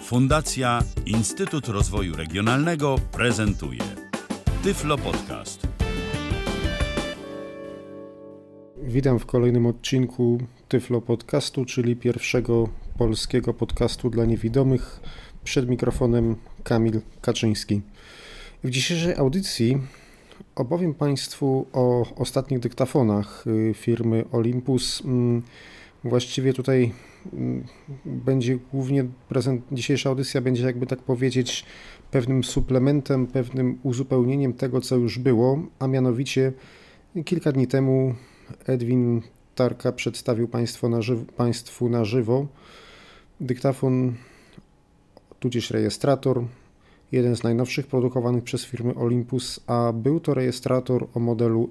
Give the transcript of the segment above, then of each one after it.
Fundacja Instytut Rozwoju Regionalnego prezentuje Tyflo Podcast. Witam w kolejnym odcinku Tyflo Podcastu, czyli pierwszego polskiego podcastu dla niewidomych. Przed mikrofonem Kamil Kaczyński. W dzisiejszej audycji opowiem Państwu o ostatnich dyktafonach firmy Olympus. Właściwie tutaj będzie głównie dzisiejsza audycja będzie, jakby tak powiedzieć, pewnym suplementem, pewnym uzupełnieniem tego, co już było, a mianowicie kilka dni temu Edwin Tarka przedstawił Państwu na żywo dyktafon, tudzież rejestrator, jeden z najnowszych produkowanych przez firmę Olympus, a był to rejestrator o modelu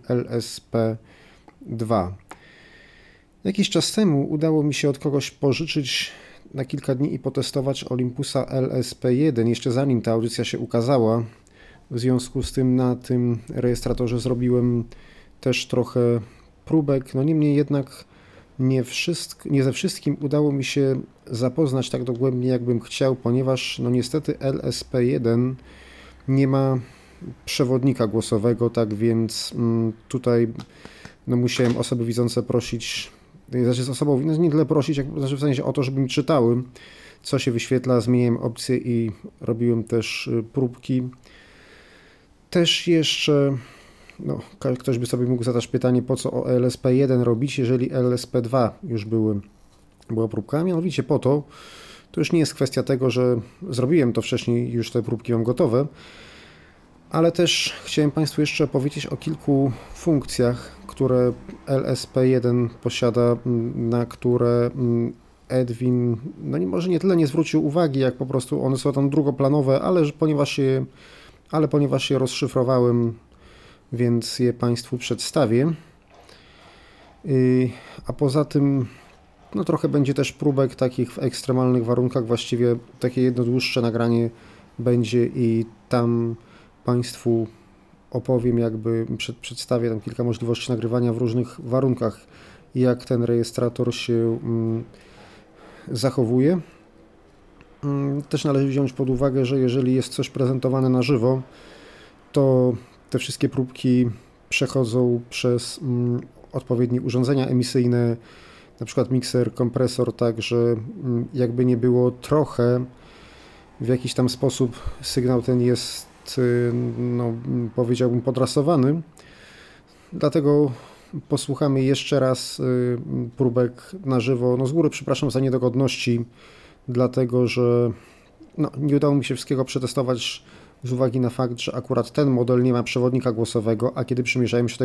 LSP2. Jakiś czas temu udało mi się od kogoś pożyczyć na kilka dni i potestować Olympusa LSP1, jeszcze zanim ta audycja się ukazała. W związku z tym na tym rejestratorze zrobiłem też trochę próbek, niemniej jednak nie ze wszystkim udało mi się zapoznać tak dogłębnie, jakbym chciał, ponieważ niestety LSP1 nie ma przewodnika głosowego, tak więc tutaj musiałem osoby widzące prosić, z osobą nie tyle prosić, w sensie o to, żeby mi czytały, co się wyświetla, zmieniłem opcję i robiłem też próbki. Też jeszcze ktoś by sobie mógł zadać pytanie, po co o LSP1 robić, jeżeli LSP2 już była próbka. Mianowicie po to, to już nie jest kwestia tego, że zrobiłem to wcześniej, już te próbki mam gotowe, ale też chciałem Państwu jeszcze powiedzieć o kilku funkcjach, które LSP1 posiada, na które Edwin, może nie tyle nie zwrócił uwagi, jak po prostu one są tam drugoplanowe, ponieważ je rozszyfrowałem, więc je Państwu przedstawię. A poza tym trochę będzie też próbek takich w ekstremalnych warunkach, właściwie takie jedno dłuższe nagranie będzie i tam Państwu opowiem, przedstawię tam kilka możliwości nagrywania w różnych warunkach, jak ten rejestrator się zachowuje. Też należy wziąć pod uwagę, że jeżeli jest coś prezentowane na żywo, to te wszystkie próbki przechodzą przez odpowiednie urządzenia emisyjne, na przykład mikser, kompresor, tak że jakby nie było, trochę w jakiś tam sposób sygnał ten jest, powiedziałbym, podrasowany. Dlatego posłuchamy jeszcze raz próbek na żywo. Z góry przepraszam za niedogodności, dlatego że nie udało mi się wszystkiego przetestować z uwagi na fakt, że akurat ten model nie ma przewodnika głosowego, a kiedy przymierzałem się do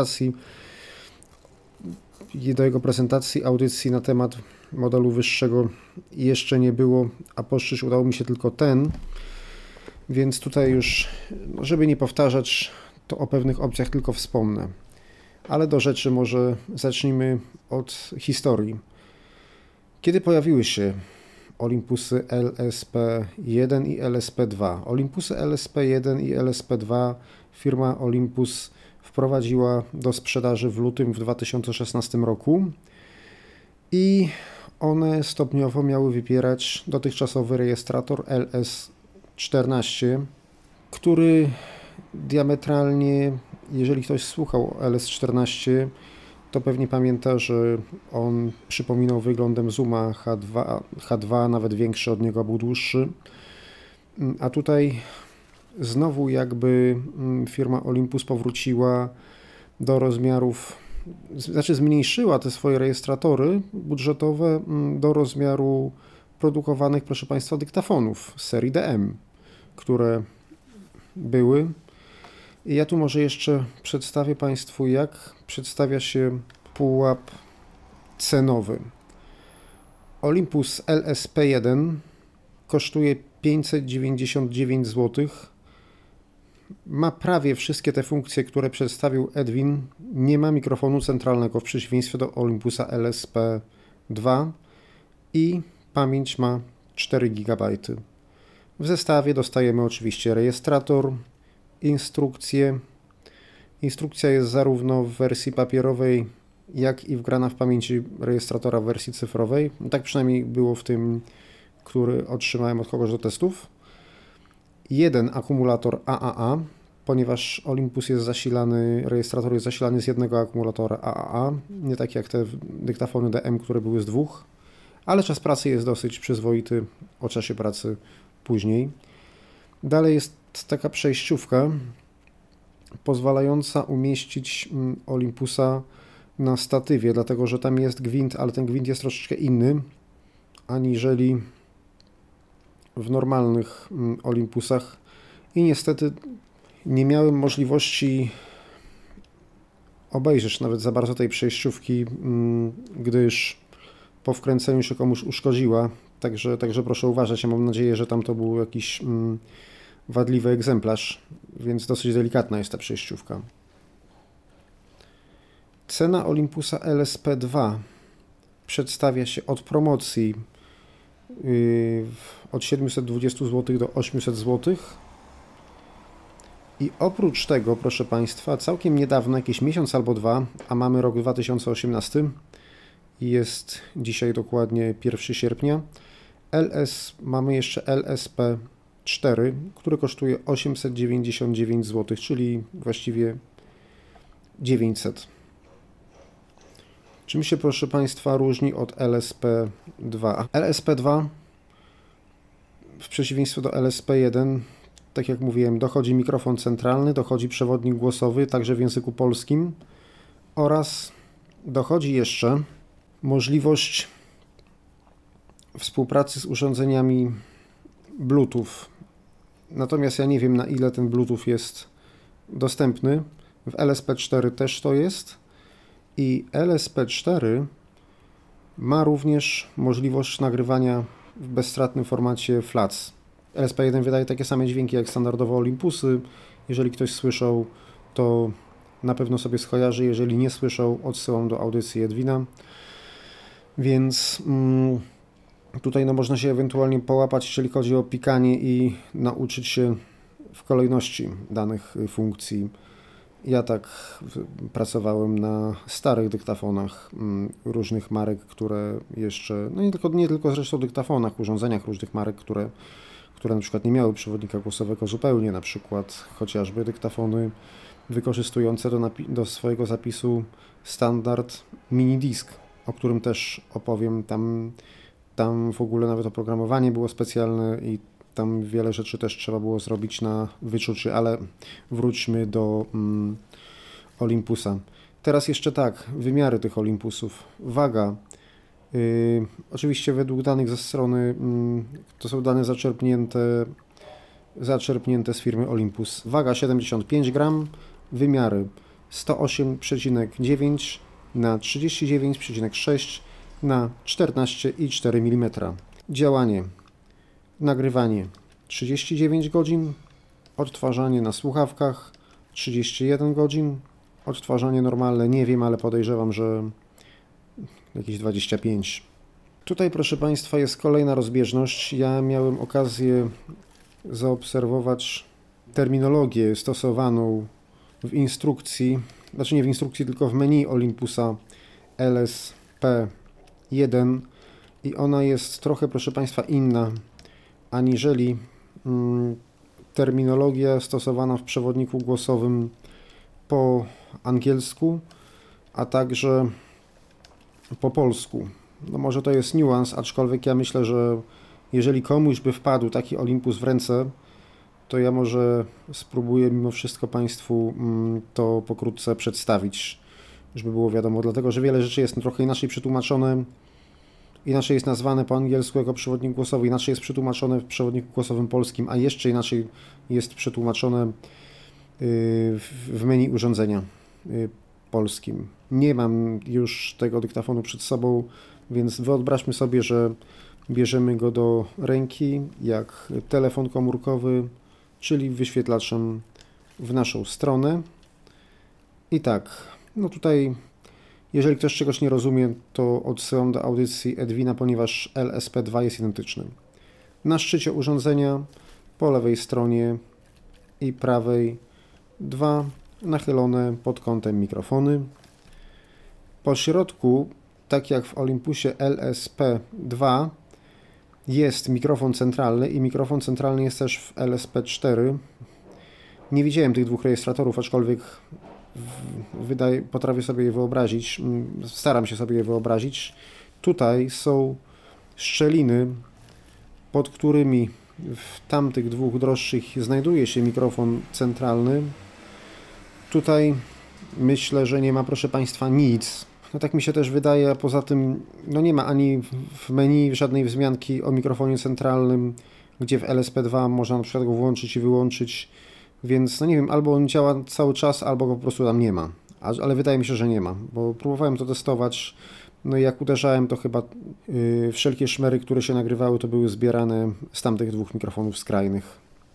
jego prezentacji, audycji na temat modelu wyższego jeszcze nie było, a poszczyć udało mi się tylko ten, więc tutaj już, żeby nie powtarzać, to o pewnych opcjach tylko wspomnę. Ale do rzeczy może zacznijmy od historii. Kiedy pojawiły się Olympusy LSP1 i LSP2? Olympusy LSP1 i LSP2 firma Olympus wprowadziła do sprzedaży w lutym w 2016 roku i one stopniowo miały wypierać dotychczasowy rejestrator LS14, który diametralnie, jeżeli ktoś słuchał LS14, to pewnie pamięta, że on przypominał wyglądem Zooma H2, nawet większy od niego, był dłuższy. A tutaj znowu firma Olympus powróciła do rozmiarów, zmniejszyła te swoje rejestratory budżetowe do rozmiaru produkowanych, proszę Państwa, dyktafonów z serii DM, które były. I ja tu może jeszcze przedstawię Państwu, jak przedstawia się pułap cenowy. Olympus LSP1 kosztuje 599 zł. Ma prawie wszystkie te funkcje, które przedstawił Edwin. Nie ma mikrofonu centralnego w przeciwieństwie do Olympusa LSP2 i pamięć ma 4 GB. W zestawie dostajemy oczywiście rejestrator, instrukcję. Instrukcja jest zarówno w wersji papierowej, jak i wgrana w pamięci rejestratora w wersji cyfrowej. Tak przynajmniej było w tym który otrzymałem od kogoś do testów. Jeden akumulator AAA, ponieważ Olympus jest zasilany, rejestrator jest zasilany z jednego akumulatora AAA, nie tak jak te dyktafony DM, które były z dwóch, ale czas pracy jest dosyć przyzwoity o czasie pracy później. Dalej jest taka przejściówka pozwalająca umieścić Olympusa na statywie, dlatego że tam jest gwint, ale ten gwint jest troszeczkę inny aniżeli w normalnych Olympusach i niestety nie miałem możliwości obejrzeć nawet za bardzo tej przejściówki, gdyż po wkręceniu się komuś uszkodziła, także proszę uważać, ja mam nadzieję, że tam to był jakiś wadliwy egzemplarz, więc dosyć delikatna jest ta przejściówka. Cena Olympusa LSP2 przedstawia się od promocji od 720 zł do 800 zł. I oprócz tego, proszę Państwa, całkiem niedawno, jakiś miesiąc albo dwa, a mamy rok 2018 i jest dzisiaj dokładnie 1 sierpnia, mamy jeszcze LSP4, który kosztuje 899 zł, czyli właściwie 900. Czym się, proszę Państwa, różni od LSP2? LSP2 w przeciwieństwie do LSP1, tak jak mówiłem, dochodzi mikrofon centralny, dochodzi przewodnik głosowy, także w języku polskim oraz dochodzi jeszcze możliwość współpracy z urządzeniami Bluetooth. Natomiast ja nie wiem, na ile ten Bluetooth jest dostępny. W LSP4 też to jest i LSP4 ma również możliwość nagrywania w bezstratnym formacie FLAC. LSP1 wydaje takie same dźwięki jak standardowo Olympusy. Jeżeli ktoś słyszał, to na pewno sobie skojarzy. Jeżeli nie słyszał, odsyłam do audycji Edwina. Więc tutaj można się ewentualnie połapać, jeżeli chodzi o pikanie i nauczyć się w kolejności danych funkcji. Ja tak pracowałem na starych dyktafonach różnych marek, które jeszcze, no nie tylko zresztą dyktafonach, urządzeniach różnych marek, które na przykład nie miały przewodnika głosowego zupełnie, na przykład chociażby dyktafony wykorzystujące do swojego zapisu standard mini-disk, o którym też opowiem. Tam w ogóle nawet oprogramowanie było specjalne i tam wiele rzeczy też trzeba było zrobić na wyczucie, ale wróćmy do Olympusa. Teraz jeszcze tak, wymiary tych Olympusów. Waga. Oczywiście według danych ze strony, to są dane zaczerpnięte z firmy Olympus. Waga 75 gram, wymiary 108,9 na 39,6 na 14,4 mm. Działanie. Nagrywanie 39 godzin, odtwarzanie na słuchawkach 31 godzin, odtwarzanie normalne nie wiem, ale podejrzewam, że jakieś 25. Tutaj, proszę Państwa, jest kolejna rozbieżność. Ja miałem okazję zaobserwować terminologię stosowaną w instrukcji, znaczy nie w instrukcji, tylko w menu Olympusa LSP1 i ona jest trochę, proszę Państwa, inna aniżeli terminologia stosowana w przewodniku głosowym po angielsku, a także po polsku. No może to jest niuans, aczkolwiek ja myślę, że jeżeli komuś by wpadł taki Olympus w ręce, to ja może spróbuję mimo wszystko Państwu to pokrótce przedstawić, żeby było wiadomo, dlatego że wiele rzeczy jest trochę inaczej przetłumaczone, inaczej jest nazwane po angielsku jako przewodnik głosowy, inaczej jest przetłumaczone w przewodniku głosowym polskim, a jeszcze inaczej jest przetłumaczone w menu urządzenia polskim. Nie mam już tego dyktafonu przed sobą, więc wyobraźmy sobie, że bierzemy go do ręki jak telefon komórkowy, czyli wyświetlaczem w naszą stronę. I tak, no tutaj, jeżeli ktoś czegoś nie rozumie, to odsyłam do audycji Edwina, ponieważ LSP2 jest identyczny. Na szczycie urządzenia, po lewej stronie i prawej, dwa nachylone pod kątem mikrofony. Po środku, tak jak w Olympusie LSP2, jest mikrofon centralny i mikrofon centralny jest też w LSP4. Nie widziałem tych dwóch rejestratorów, aczkolwiek potrafię sobie je wyobrazić, staram się sobie je wyobrazić. Tutaj są szczeliny, pod którymi w tamtych dwóch droższych znajduje się mikrofon centralny. Tutaj myślę, że nie ma, proszę Państwa, nic. No tak mi się też wydaje, a poza tym no nie ma ani w menu żadnej wzmianki o mikrofonie centralnym, gdzie w LSP2 można na przykład go włączyć i wyłączyć, więc no nie wiem, albo on działa cały czas, albo go po prostu tam nie ma, ale wydaje mi się, że nie ma, bo próbowałem to testować, no i jak uderzałem, to chyba wszelkie szmery, które się nagrywały, to były zbierane z tamtych dwóch mikrofonów skrajnych.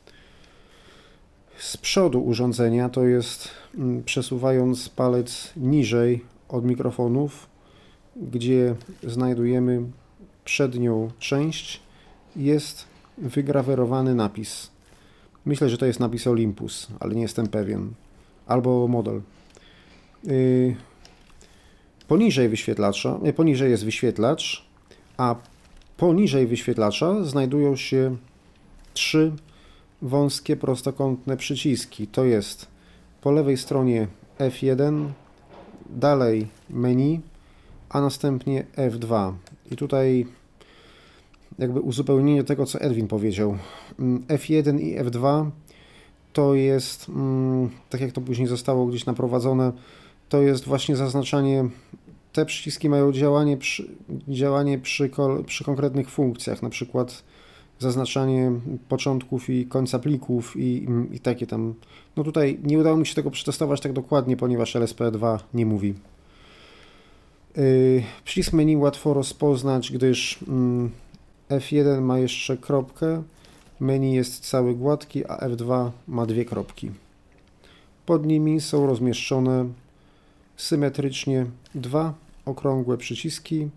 Z przodu urządzenia to jest przesuwając palec niżej od mikrofonów, gdzie znajdujemy przednią część, jest wygrawerowany napis. Myślę, że to jest napis Olympus, ale nie jestem pewien. Albo model. Poniżej jest wyświetlacz, a poniżej wyświetlacza znajdują się 3 wąskie prostokątne przyciski. To jest po lewej stronie F1, dalej menu, a następnie F2. I tutaj jakby uzupełnienie tego, co Edwin powiedział. F1 i F2 to jest, tak jak to później zostało gdzieś naprowadzone, to jest właśnie zaznaczanie, te przyciski mają działanie przy konkretnych funkcjach, na przykład zaznaczanie początków i końca plików i takie tam. No tutaj nie udało mi się tego przetestować tak dokładnie, ponieważ LSP2 nie mówi. Przycisk menu łatwo rozpoznać, gdyż F1 ma jeszcze kropkę, menu jest cały gładki, a F2 ma 2 kropki. Pod nimi są rozmieszczone symetrycznie 2 okrągłe przyciski.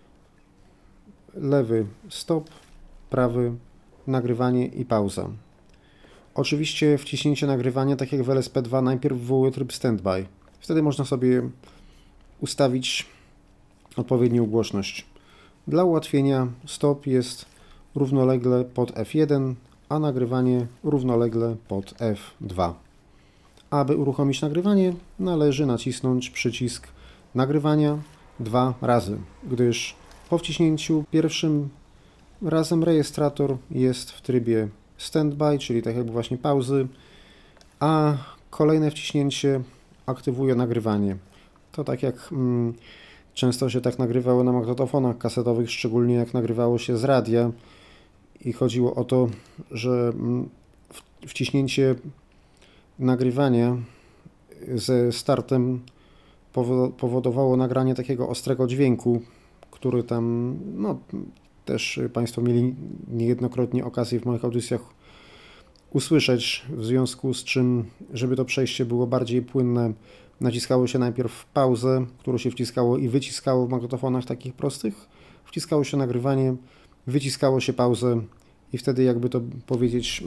Lewy stop, prawy nagrywanie i pauza. Oczywiście wciśnięcie nagrywania, tak jak w LSP2, najpierw wywołuje tryb standby. Wtedy można sobie ustawić odpowiednią głośność. Dla ułatwienia stop jest równolegle pod F1, a nagrywanie równolegle pod F2. Aby uruchomić nagrywanie, należy nacisnąć przycisk nagrywania 2 razy, gdyż po wciśnięciu pierwszym razem rejestrator jest w trybie standby, czyli tak jakby właśnie pauzy, a kolejne wciśnięcie aktywuje nagrywanie. To tak jak często się tak nagrywało na magnetofonach kasetowych, szczególnie jak nagrywało się z radia i chodziło o to, że wciśnięcie nagrywania ze startem powodowało nagranie takiego ostrego dźwięku, który tam, no też Państwo mieli niejednokrotnie okazję w moich audycjach usłyszeć, w związku z czym, żeby to przejście było bardziej płynne, naciskało się najpierw pauzę, którą się wciskało i wyciskało w magnetofonach takich prostych, wciskało się nagrywanie, wyciskało się pauzę i wtedy, jakby to powiedzieć,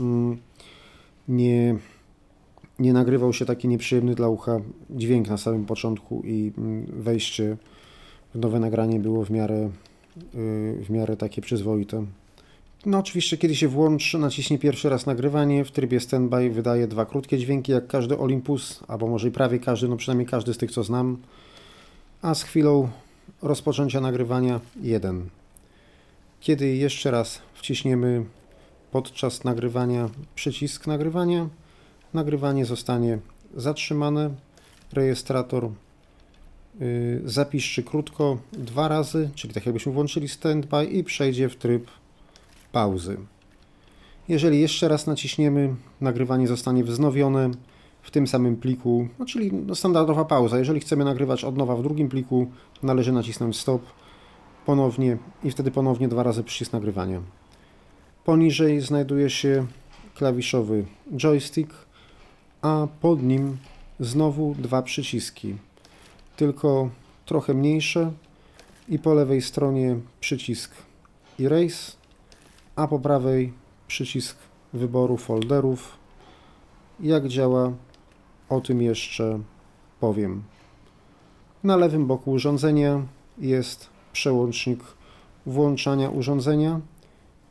nie nagrywał się taki nieprzyjemny dla ucha dźwięk na samym początku i wejście w nowe nagranie było w miarę takie przyzwoite. No oczywiście, kiedy się włączy, naciśnie pierwszy raz nagrywanie, w trybie standby wydaje 2 krótkie dźwięki, jak każdy Olympus, albo może i prawie każdy, no przynajmniej każdy z tych, co znam, a z chwilą rozpoczęcia nagrywania 1. Kiedy jeszcze raz wciśniemy podczas nagrywania przycisk nagrywania, nagrywanie zostanie zatrzymane, rejestrator zapiszczy krótko 2 razy, czyli tak jakbyśmy włączyli standby i przejdzie w tryb pauzy. Jeżeli jeszcze raz naciśniemy, nagrywanie zostanie wznowione w tym samym pliku, no czyli standardowa pauza. Jeżeli chcemy nagrywać od nowa w drugim pliku, należy nacisnąć stop ponownie i wtedy ponownie 2 razy przycisk nagrywania. Poniżej znajduje się klawiszowy joystick, a pod nim znowu 2 przyciski, tylko trochę mniejsze i po lewej stronie przycisk Erase, a po prawej przycisk wyboru folderów. Jak działa, o tym jeszcze powiem. Na lewym boku urządzenia jest przełącznik włączania urządzenia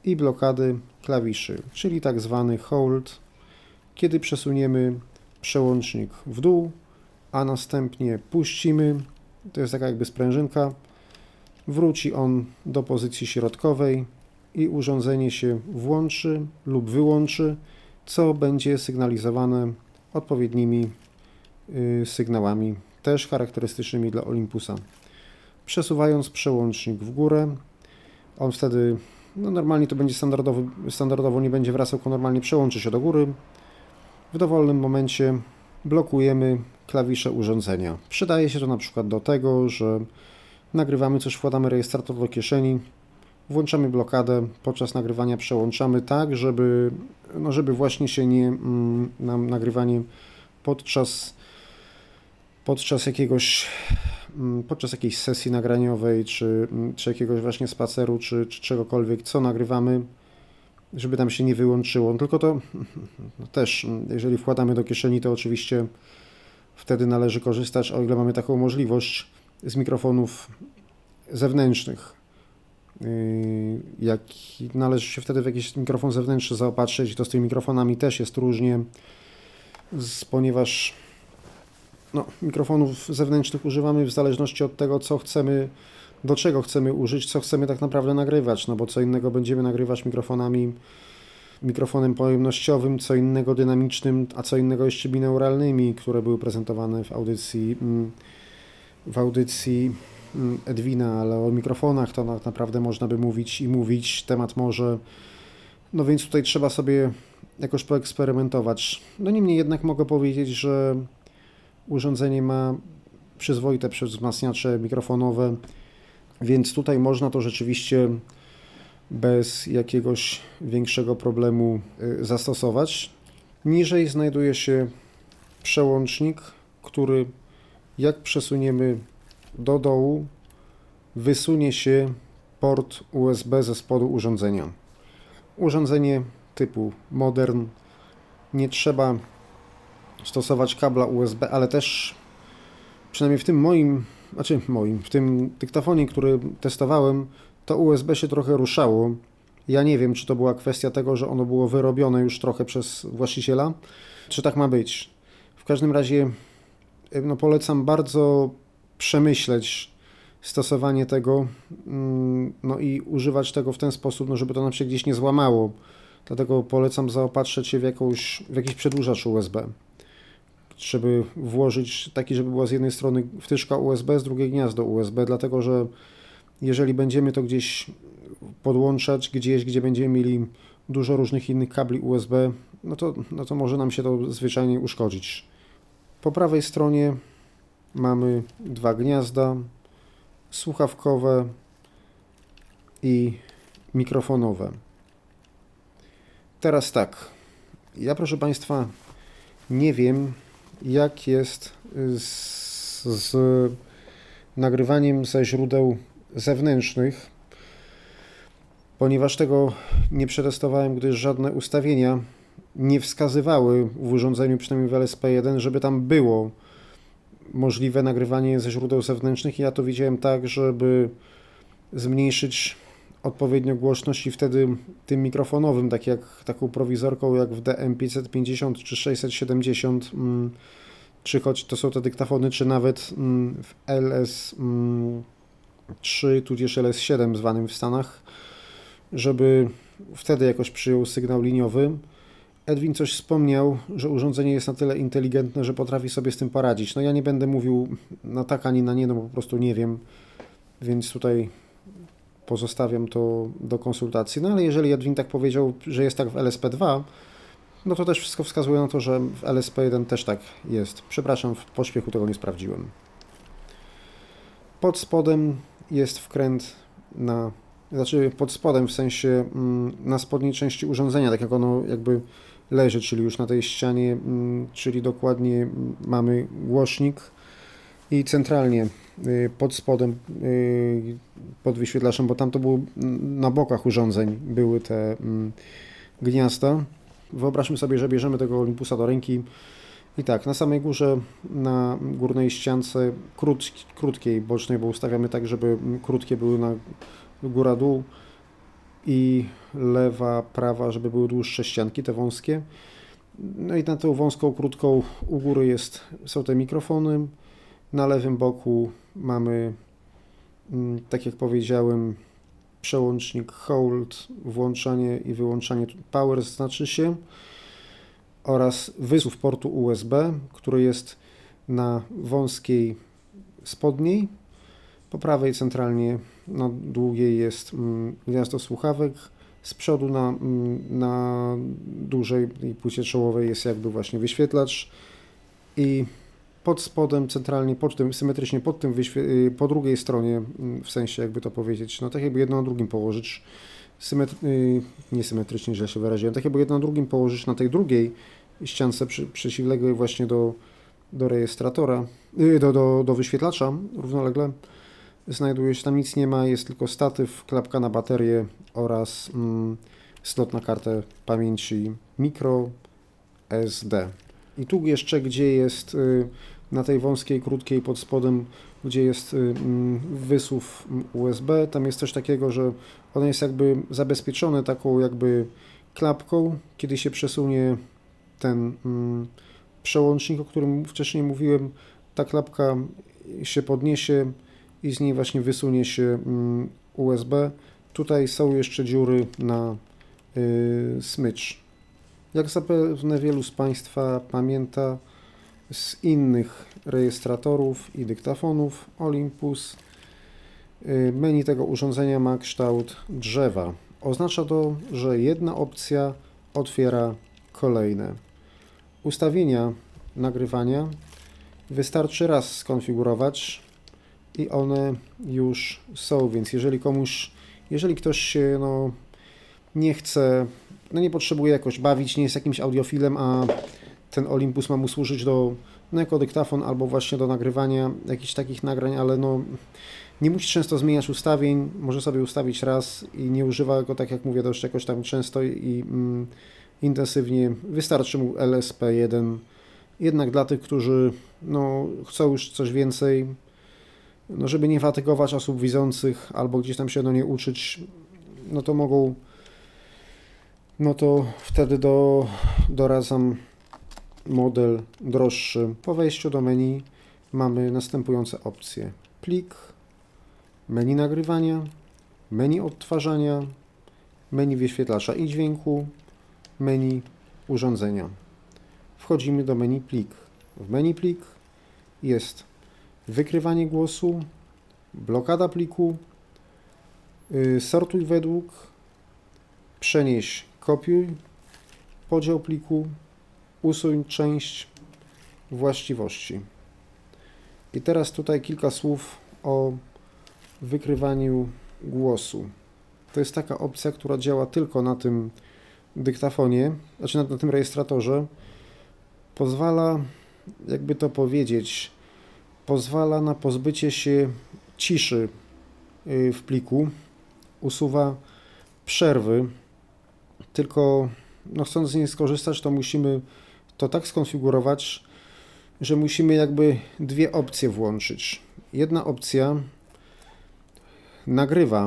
i blokady klawiszy, czyli tak zwany hold, kiedy przesuniemy przełącznik w dół, a następnie puścimy, to jest taka jakby sprężynka, wróci on do pozycji środkowej i urządzenie się włączy lub wyłączy, co będzie sygnalizowane odpowiednimi sygnałami, też charakterystycznymi dla Olympusa. Przesuwając przełącznik w górę, on wtedy, normalnie to będzie standardowo nie będzie wracał, tylko normalnie przełączy się do góry. W dowolnym momencie blokujemy klawisze urządzenia. Przydaje się to na przykład do tego, że nagrywamy coś, wkładamy rejestrator do kieszeni, włączamy blokadę, podczas nagrywania przełączamy tak, żeby właśnie się nam nagrywanie podczas jakiejś sesji nagraniowej, czy jakiegoś właśnie spaceru, czy czegokolwiek, co nagrywamy, żeby tam się nie wyłączyło. Tylko to też, jeżeli wkładamy do kieszeni, to oczywiście wtedy należy korzystać, o ile mamy taką możliwość, z mikrofonów zewnętrznych. Jak należy się wtedy w jakiś mikrofon zewnętrzny zaopatrzyć, to z tymi mikrofonami też jest różnie, ponieważ mikrofonów zewnętrznych używamy w zależności od tego, co chcemy, do czego chcemy użyć, co chcemy tak naprawdę nagrywać, bo co innego będziemy nagrywać mikrofonem pojemnościowym, co innego dynamicznym, a co innego jeszcze binauralnymi, które były prezentowane w audycji Edwina, ale o mikrofonach to tak naprawdę można by mówić, temat może, więc tutaj trzeba sobie jakoś poeksperymentować. Niemniej jednak mogę powiedzieć, że urządzenie ma przyzwoite wzmacniacze mikrofonowe, więc tutaj można to rzeczywiście bez jakiegoś większego problemu zastosować. Niżej znajduje się przełącznik, który jak przesuniemy do dołu, wysunie się port USB ze spodu urządzenia. Urządzenie typu modern, nie trzeba stosować kabla USB, ale też przynajmniej w tym dyktafonie, który testowałem, to USB się trochę ruszało. Ja nie wiem, czy to była kwestia tego, że ono było wyrobione już trochę przez właściciela, czy tak ma być. W każdym razie polecam bardzo przemyśleć stosowanie tego i używać tego w ten sposób, żeby to nam się gdzieś nie złamało. Dlatego polecam zaopatrzyć się w jakiś przedłużacz USB. Żeby włożyć taki, żeby była z jednej strony wtyczka USB, z drugiej gniazdo USB, dlatego że jeżeli będziemy to gdzieś podłączać, gdzie będziemy mieli dużo różnych innych kabli USB, to może nam się to zwyczajnie uszkodzić. Po prawej stronie mamy dwa gniazda, słuchawkowe i mikrofonowe. Teraz tak, ja proszę Państwa nie wiem, jak jest z nagrywaniem ze źródeł zewnętrznych, ponieważ tego nie przetestowałem, gdyż żadne ustawienia nie wskazywały w urządzeniu, przynajmniej w LSP1, żeby tam było możliwe nagrywanie ze źródeł zewnętrznych. Ja to widziałem tak, żeby zmniejszyć odpowiednio głośność i wtedy tym mikrofonowym, taką prowizorką jak w DM550 czy 670, czy choć to są te dyktafony, czy nawet w LS3 tudzież LS7 zwanym w Stanach, żeby wtedy jakoś przyjął sygnał liniowy. Edwin coś wspomniał, że urządzenie jest na tyle inteligentne, że potrafi sobie z tym poradzić. Ja nie będę mówił na tak ani na nie, bo po prostu nie wiem, więc tutaj pozostawiam to do konsultacji. Ale jeżeli Edwin tak powiedział, że jest tak w LSP2, to też wszystko wskazuje na to, że w LSP1 też tak jest. Przepraszam, w pośpiechu tego nie sprawdziłem. Pod spodem jest wkręt pod spodem w sensie na spodniej części urządzenia, tak jak ono jakby leży, czyli już na tej ścianie, czyli dokładnie mamy głośnik i centralnie pod spodem, pod wyświetlaczem, bo tam to było na bokach urządzeń, były te gniazda. Wyobraźmy sobie, że bierzemy tego Olympusa do ręki i tak, na samej górze, na górnej ściance krótkiej, bocznej, bo ustawiamy tak, żeby krótkie były na góra-dół, i lewa, prawa, żeby były dłuższe ścianki, te wąskie. No i na tą wąską, krótką u góry są te mikrofony. Na lewym boku mamy, tak jak powiedziałem, przełącznik hold, włączanie i wyłączanie, power znaczy się, oraz wysuw portu USB, który jest na wąskiej spodniej. Po prawej centralnie na długiej jest gniazdo słuchawek. Z przodu na dużej płycie czołowej jest jakby właśnie wyświetlacz i pod spodem centralnie, symetrycznie po drugiej stronie, w sensie jakby to powiedzieć, no tak jakby jedno na drugim położyć, niesymetrycznie, źle się wyraziłem, tak jakby jedno na drugim położyć na tej drugiej ściance przeciwległej właśnie do rejestratora, do wyświetlacza równolegle. Znajduje się tam, nic nie ma, jest tylko statyw, klapka na baterię oraz slot na kartę pamięci micro SD. I tu jeszcze, gdzie jest na tej wąskiej, krótkiej pod spodem, gdzie jest wysuw USB, tam jest coś takiego, że ono jest jakby zabezpieczone taką jakby klapką. Kiedy się przesunie ten przełącznik, o którym wcześniej mówiłem, ta klapka się podniesie i z niej właśnie wysunie się USB. Tutaj są jeszcze dziury na smycz. Jak zapewne wielu z Państwa pamięta z innych rejestratorów i dyktafonów Olympus, menu tego urządzenia ma kształt drzewa. Oznacza to, że jedna opcja otwiera kolejne. Ustawienia nagrywania wystarczy raz skonfigurować i one już są, więc jeżeli ktoś się nie chce, nie potrzebuje jakoś bawić, nie jest jakimś audiofilem, a ten Olympus ma mu służyć jako dyktafon albo właśnie do nagrywania jakichś takich nagrań, ale nie musi często zmieniać ustawień, może sobie ustawić raz i nie używa go, tak jak mówię, dość jakoś tam często i intensywnie. Wystarczy mu LSP1. Jednak dla tych, którzy chcą już coś więcej, żeby nie fatygować osób widzących albo gdzieś tam się nie uczyć, to mogą, to wtedy doradzam model droższy. Po wejściu do menu mamy następujące opcje: plik, menu nagrywania, menu odtwarzania, menu wyświetlacza i dźwięku, menu urządzenia. Wchodzimy do menu plik. W menu plik jest wykrywanie głosu, blokada pliku, sortuj według, przenieś, kopiuj, podział pliku, usuń część, właściwości. I teraz tutaj kilka słów o wykrywaniu głosu. To jest taka opcja, która działa tylko na tym dyktafonie, znaczy na tym rejestratorze. Pozwala, jakby to powiedzieć, na pozbycie się ciszy w pliku, usuwa przerwy, tylko chcąc z niej skorzystać, to musimy to tak skonfigurować, że musimy jakby dwie opcje włączyć. Jedna opcja nagrywa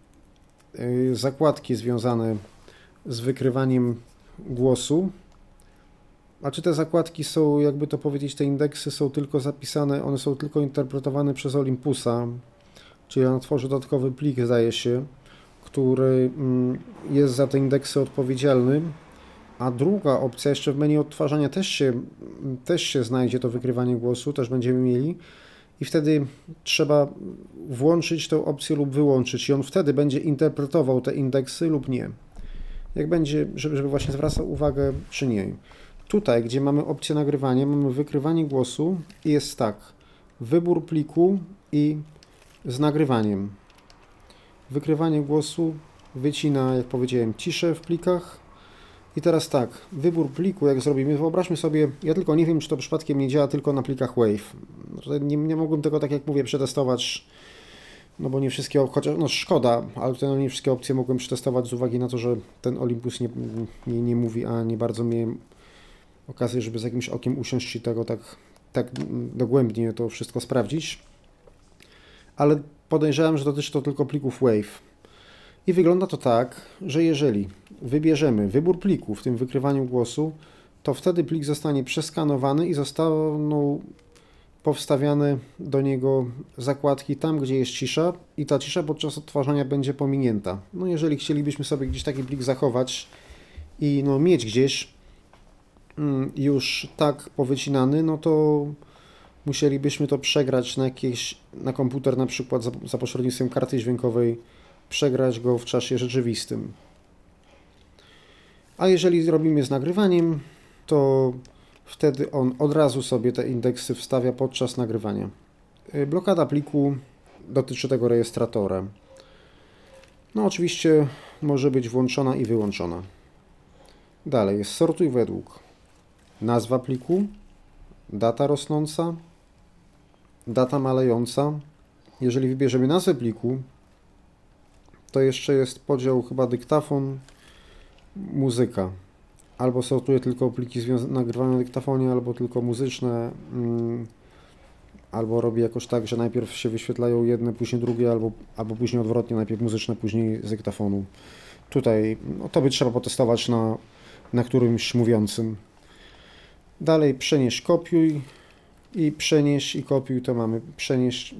zakładki związane z wykrywaniem głosu, a czy te zakładki są, jakby to powiedzieć, te indeksy są tylko zapisane, one są tylko interpretowane przez Olympusa, czyli on tworzy dodatkowy plik, zdaje się, który jest za te indeksy odpowiedzialny, a druga opcja, jeszcze w menu odtwarzania też się znajdzie to wykrywanie głosu, też będziemy mieli i wtedy trzeba włączyć tę opcję lub wyłączyć i on wtedy będzie interpretował te indeksy lub nie. Jak będzie, żeby właśnie zwracał uwagę czy nie. Tutaj, gdzie mamy opcję nagrywania, mamy wykrywanie głosu i jest tak, wybór pliku i z nagrywaniem. Wykrywanie głosu wycina, jak powiedziałem, ciszę w plikach. I teraz tak, wybór pliku, jak zrobimy, wyobraźmy sobie, ja tylko nie wiem, czy to przypadkiem nie działa tylko na plikach WAV. Nie mogłem tego, tak jak mówię, przetestować, bo nie wszystkie, chociaż szkoda, ale tutaj nie wszystkie opcje mogłem przetestować z uwagi na to, że ten Olympus nie mówi, a nie bardzo miałem okazję, żeby z jakimś okiem usiąść i tego tak dogłębnie to wszystko sprawdzić. Ale podejrzewam, że dotyczy to tylko plików WAV. I wygląda to tak, że jeżeli wybierzemy wybór pliku w tym wykrywaniu głosu, to wtedy plik zostanie przeskanowany i zostaną powstawiane do niego zakładki tam, gdzie jest cisza i ta cisza podczas odtwarzania będzie pominięta. No jeżeli chcielibyśmy sobie gdzieś taki plik zachować i mieć gdzieś już tak powycinany, no to musielibyśmy to przegrać na komputer, na przykład za pośrednictwem karty dźwiękowej, przegrać go w czasie rzeczywistym. A jeżeli zrobimy z nagrywaniem, to wtedy on od razu sobie te indeksy wstawia podczas nagrywania. Blokada pliku dotyczy tego rejestratora. No oczywiście może być włączona i wyłączona. Dalej jest sortuj według. Nazwa pliku, data rosnąca, data malejąca. Jeżeli wybierzemy nazwę pliku, to jeszcze jest podział chyba dyktafon, muzyka. Albo sortuje tylko pliki nagrywane na dyktafonie, albo tylko muzyczne, albo robi jakoś tak, że najpierw się wyświetlają jedne, później drugie, albo później odwrotnie, najpierw muzyczne, później z dyktafonu. Tutaj to by trzeba potestować na którymś mówiącym. Dalej przenieś, kopiuj i przenieś i kopiuj to mamy przenieść,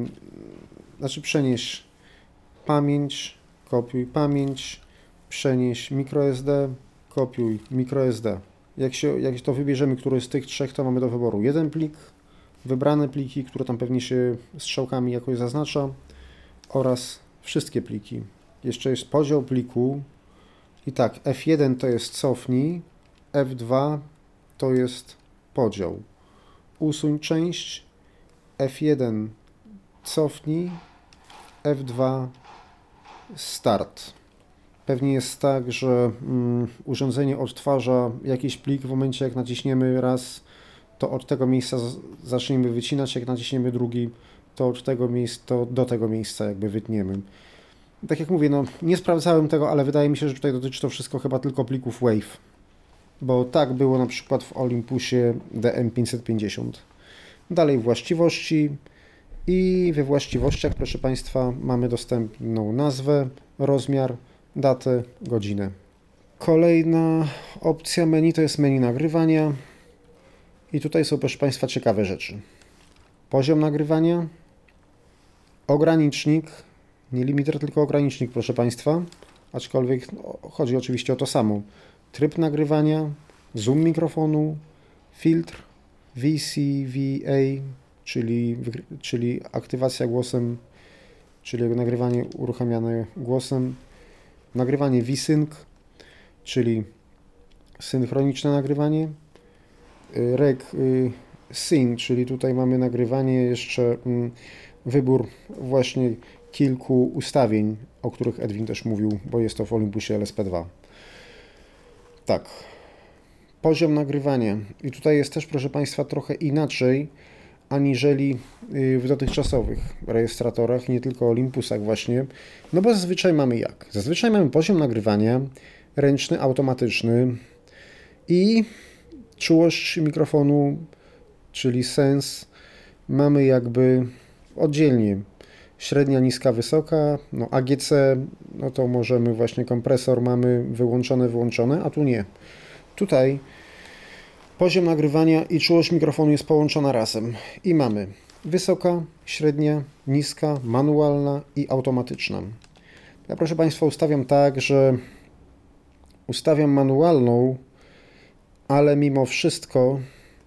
przenieś pamięć, kopiuj pamięć, przenieś microSD, kopiuj microSD. Jak to wybierzemy, który z tych trzech, to mamy do wyboru jeden plik, wybrane pliki, które tam pewnie się strzałkami jakoś zaznacza, oraz wszystkie pliki. Jeszcze jest podział pliku i tak, F1 to jest cofnij, F2 to jest podział. Usuń część, F1 cofnij, F2 start. Pewnie jest tak, że urządzenie odtwarza jakiś plik w momencie, jak naciśniemy raz, to od tego miejsca zaczniemy wycinać, jak naciśniemy drugi, to do tego miejsca jakby wytniemy. Tak jak mówię, nie sprawdzałem tego, ale wydaje mi się, że tutaj dotyczy to wszystko chyba tylko plików WAV, bo tak było na przykład w Olympusie DM550. Dalej właściwości i we właściwościach, proszę Państwa, mamy dostępną nazwę, rozmiar, datę, godzinę. Kolejna opcja menu to jest menu nagrywania i tutaj są, proszę Państwa, ciekawe rzeczy. Poziom nagrywania, ogranicznik, nie limiter, tylko ogranicznik, proszę Państwa, aczkolwiek chodzi oczywiście o to samo. Tryb nagrywania, zoom mikrofonu, filtr, VCVA, czyli aktywacja głosem, czyli nagrywanie uruchamiane głosem, nagrywanie VSync, czyli synchroniczne nagrywanie, Rec Syn, czyli tutaj mamy nagrywanie, jeszcze wybór właśnie kilku ustawień, o których Edwin też mówił, bo jest to w Olympusie LSP2. Tak, poziom nagrywania. I tutaj jest też, proszę Państwa, trochę inaczej aniżeli w dotychczasowych rejestratorach, nie tylko Olympusach właśnie, no bo zazwyczaj mamy jak? Zazwyczaj mamy poziom nagrywania ręczny, automatyczny i czułość mikrofonu, czyli sens, mamy jakby oddzielnie. Średnia, niska, wysoka, AGC, to możemy właśnie kompresor mamy wyłączone, a tu nie. Tutaj poziom nagrywania i czułość mikrofonu jest połączona razem i mamy wysoka, średnia, niska, manualna i automatyczna. Ja, proszę Państwa, ustawiam tak, że ustawiam manualną, ale mimo wszystko,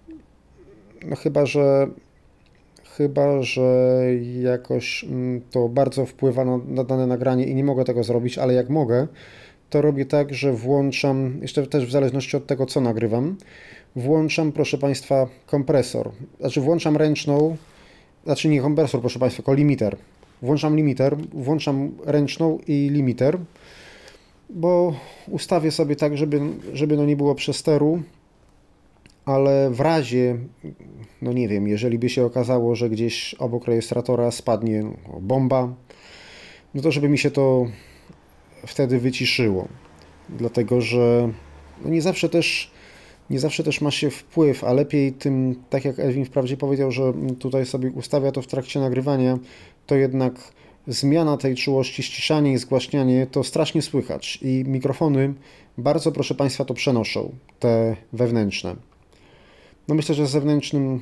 chyba że jakoś to bardzo wpływa na dane nagranie i nie mogę tego zrobić, ale jak mogę, to robię tak, że włączam, jeszcze też w zależności od tego, co nagrywam, włączam, proszę Państwa, kompresor. Włączam ręczną, nie kompresor, proszę Państwa, tylko limiter. Włączam ręczną i limiter, bo ustawię sobie tak, żeby nie było przesteru, ale w razie, nie wiem, jeżeli by się okazało, że gdzieś obok rejestratora spadnie bomba, to żeby mi się to wtedy wyciszyło. Dlatego, że nie zawsze też ma się wpływ, a lepiej tym, tak jak Edwin wprawdzie powiedział, że tutaj sobie ustawia to w trakcie nagrywania, to jednak zmiana tej czułości, ściszanie i zgłaśnianie, to strasznie słychać i mikrofony bardzo, proszę Państwa, to przenoszą, te wewnętrzne. No myślę, że z zewnętrznym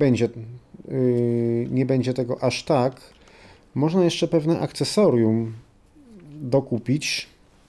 nie będzie tego aż tak. Można jeszcze pewne akcesorium dokupić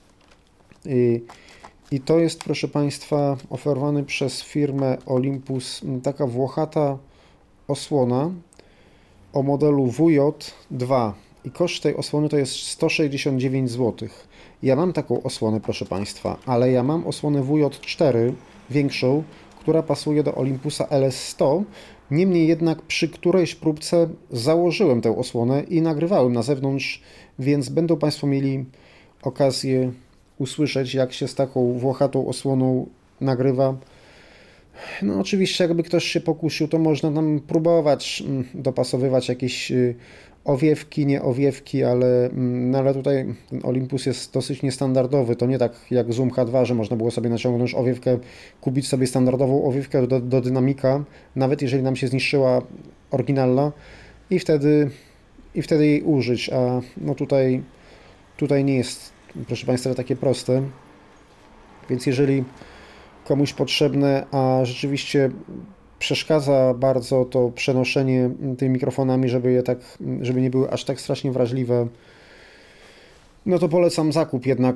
i to jest, proszę Państwa, oferowany przez firmę Olympus taka włochata osłona o modelu WJ2 i koszt tej osłony to jest 169 zł. Ja mam taką osłonę, proszę Państwa, ale ja mam osłonę WJ4, większą, która pasuje do Olympusa LS100. Niemniej jednak przy którejś próbce założyłem tę osłonę i nagrywałem na zewnątrz, więc będą Państwo mieli okazję usłyszeć, jak się z taką włochatą osłoną nagrywa. No oczywiście, jakby ktoś się pokusił, to można tam próbować dopasowywać jakieś owiewki, nie owiewki, ale tutaj ten Olympus jest dosyć niestandardowy. To nie tak jak Zoom H2, że można było sobie naciągnąć owiewkę, kupić sobie standardową owiewkę do dynamika, nawet jeżeli nam się zniszczyła oryginalna i wtedy jej użyć, a no tutaj nie jest, proszę Państwa, takie proste. Więc jeżeli komuś potrzebne, a rzeczywiście przeszkadza bardzo to przenoszenie tymi mikrofonami, żeby nie były aż tak strasznie wrażliwe, no to polecam zakup jednak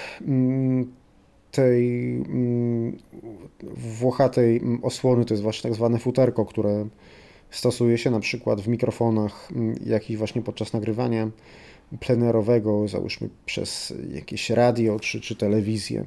tej włochatej osłony. To jest właśnie tak zwane futerko, które stosuje się na przykład w mikrofonach jakichś właśnie podczas nagrywania plenerowego, załóżmy przez jakieś radio czy telewizję.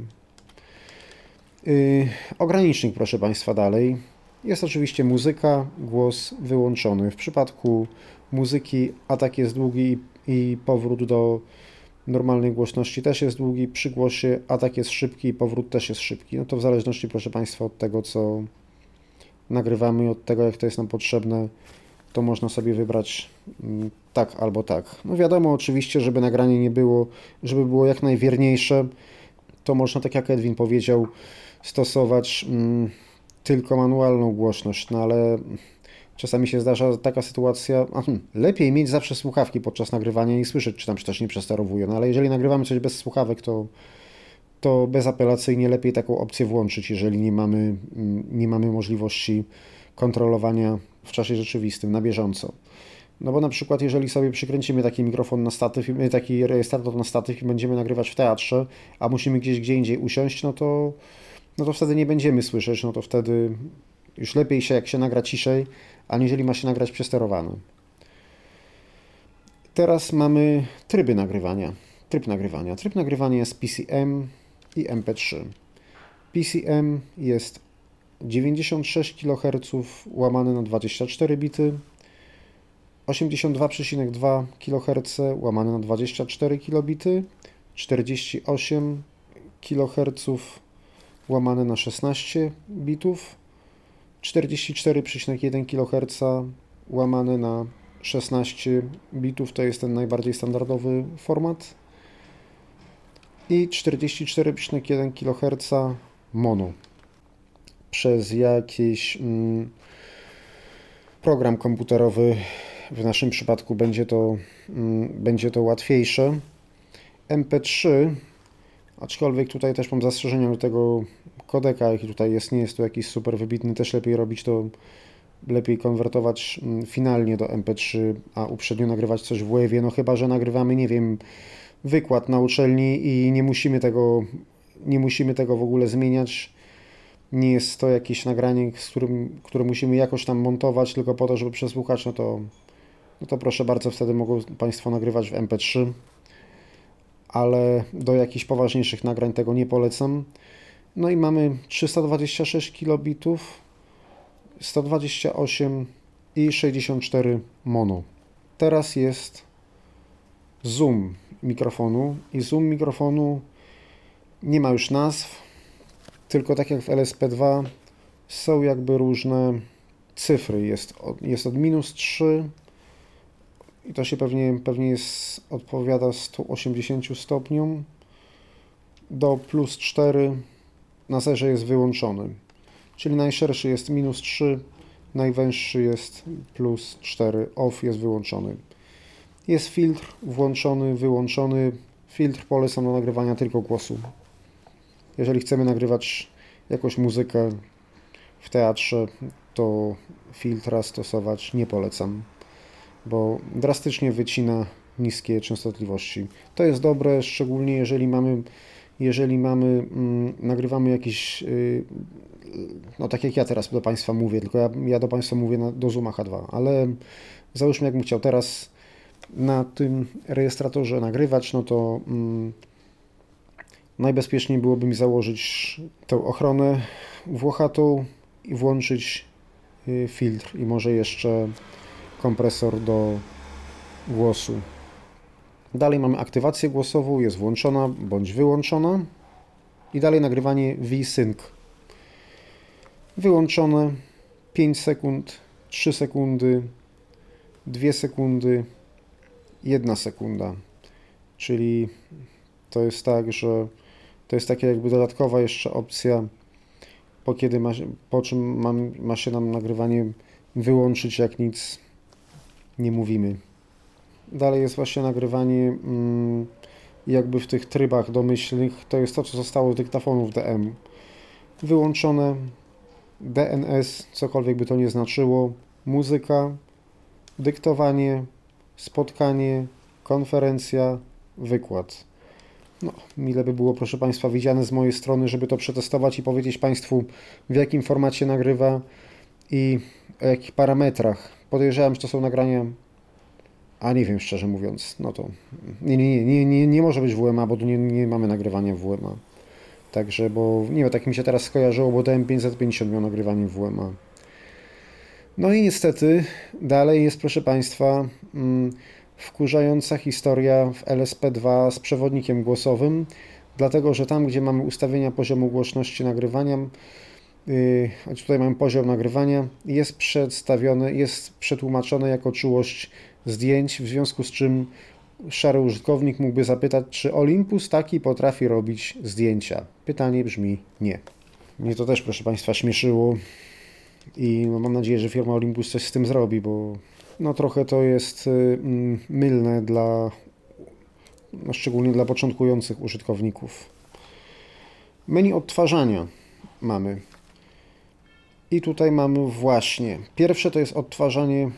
Ogranicznik, proszę Państwa, dalej. Jest oczywiście muzyka, głos wyłączony. W przypadku muzyki atak jest długi i powrót do normalnej głośności też jest długi. Przy głosie atak jest szybki i powrót też jest szybki. No to w zależności, proszę Państwa, od tego, co nagrywamy i od tego, jak to jest nam potrzebne, to można sobie wybrać tak albo tak. No wiadomo oczywiście, żeby nagranie nie było, żeby było jak najwierniejsze, to można, tak jak Edwin powiedział, stosować tylko manualną głośność, no ale czasami się zdarza taka sytuacja, lepiej mieć zawsze słuchawki podczas nagrywania i słyszeć, czy tam się też nie przesterowuje, no ale jeżeli nagrywamy coś bez słuchawek, to bezapelacyjnie lepiej taką opcję włączyć, jeżeli nie mamy możliwości kontrolowania w czasie rzeczywistym, na bieżąco. No bo na przykład jeżeli sobie przykręcimy taki mikrofon na statyw, taki rejestrator na statyw i będziemy nagrywać w teatrze, a musimy gdzie indziej usiąść, no to wtedy nie będziemy słyszeć, no to wtedy już lepiej się, jak się nagra ciszej, aniżeli ma się nagrać przesterowane. Teraz mamy tryby nagrywania. Tryb nagrywania jest PCM i MP3. PCM jest 96 kHz łamane na 24 bity, 82,2 kHz łamane na 24 kilobity, 48 kHz łamane na 16 bitów, 44,1 kHz łamane na 16 bitów, to jest ten najbardziej standardowy format, i 44,1 kHz mono. Przez jakiś program komputerowy w naszym przypadku będzie to łatwiejsze. MP3, aczkolwiek tutaj też mam zastrzeżenia do tego kodeka, jaki tutaj jest, nie jest to jakiś super wybitny, też lepiej konwertować finalnie do MP3, a uprzednio nagrywać coś w wave'ie, no chyba że nagrywamy, nie wiem, wykład na uczelni i nie musimy tego w ogóle zmieniać. Nie jest to jakieś nagranie, które musimy jakoś tam montować tylko po to, żeby przesłuchać, no to proszę bardzo, wtedy mogą Państwo nagrywać w MP3, ale do jakichś poważniejszych nagrań tego nie polecam. No i mamy 326 kilobitów, 128 i 64 mono. Teraz jest zoom mikrofonu i zoom mikrofonu nie ma już nazw, tylko tak jak w LSP2 są jakby różne cyfry. Jest od -3 i to się pewnie odpowiada 180 stopniom do +4 na zerze jest wyłączony. Czyli najszerszy jest -3, najwęższy jest +4, off jest wyłączony. Jest filtr włączony, wyłączony. Filtr polecam do nagrywania tylko głosu. Jeżeli chcemy nagrywać jakąś muzykę w teatrze, to filtra stosować nie polecam, bo drastycznie wycina niskie częstotliwości. To jest dobre, szczególnie nagrywamy jakiś, no tak jak ja teraz do Państwa mówię, tylko ja do Państwa mówię do Zooma H2, ale załóżmy, jakbym chciał teraz na tym rejestratorze nagrywać, no to najbezpieczniej byłoby mi założyć tę ochronę włochatą i włączyć filtr i może jeszcze kompresor do głosu. Dalej mamy aktywację głosową, jest włączona bądź wyłączona i dalej nagrywanie V-Sync. Wyłączone 5 sekund, 3 sekundy, 2 sekundy, 1 sekunda. Czyli to jest tak, że to jest taka jakby dodatkowa jeszcze opcja, po czym ma się nam nagrywanie wyłączyć, jak nic nie mówimy. Dalej jest właśnie nagrywanie jakby w tych trybach domyślnych. To jest to, co zostało z dyktafonów DM. Wyłączone DNS, cokolwiek by to nie znaczyło, muzyka, dyktowanie, spotkanie, konferencja, wykład. No, mile by było, proszę Państwa, widziane z mojej strony, żeby to przetestować i powiedzieć Państwu, w jakim formacie nagrywa i o jakich parametrach. Podejrzewam, że to są nagrania, a nie wiem, szczerze mówiąc, no to nie może być WMA, bo tu nie mamy nagrywania w WMA. Także, bo nie wiem, tak mi się teraz skojarzyło, bo DM550 miał nagrywanie w WMA. No i niestety dalej jest, proszę Państwa, wkurzająca historia w LSP2 z przewodnikiem głosowym, dlatego że tam, gdzie mamy ustawienia poziomu głośności nagrywania, tutaj mamy poziom nagrywania, jest przetłumaczone jako czułość zdjęć, w związku z czym szary użytkownik mógłby zapytać, czy Olympus taki potrafi robić zdjęcia. Pytanie brzmi nie. Mnie to też, proszę Państwa, śmieszyło i mam nadzieję, że firma Olympus coś z tym zrobi, bo no trochę to jest mylne szczególnie dla początkujących użytkowników. Menu odtwarzania mamy. I tutaj mamy właśnie, pierwsze to jest odtwarzanie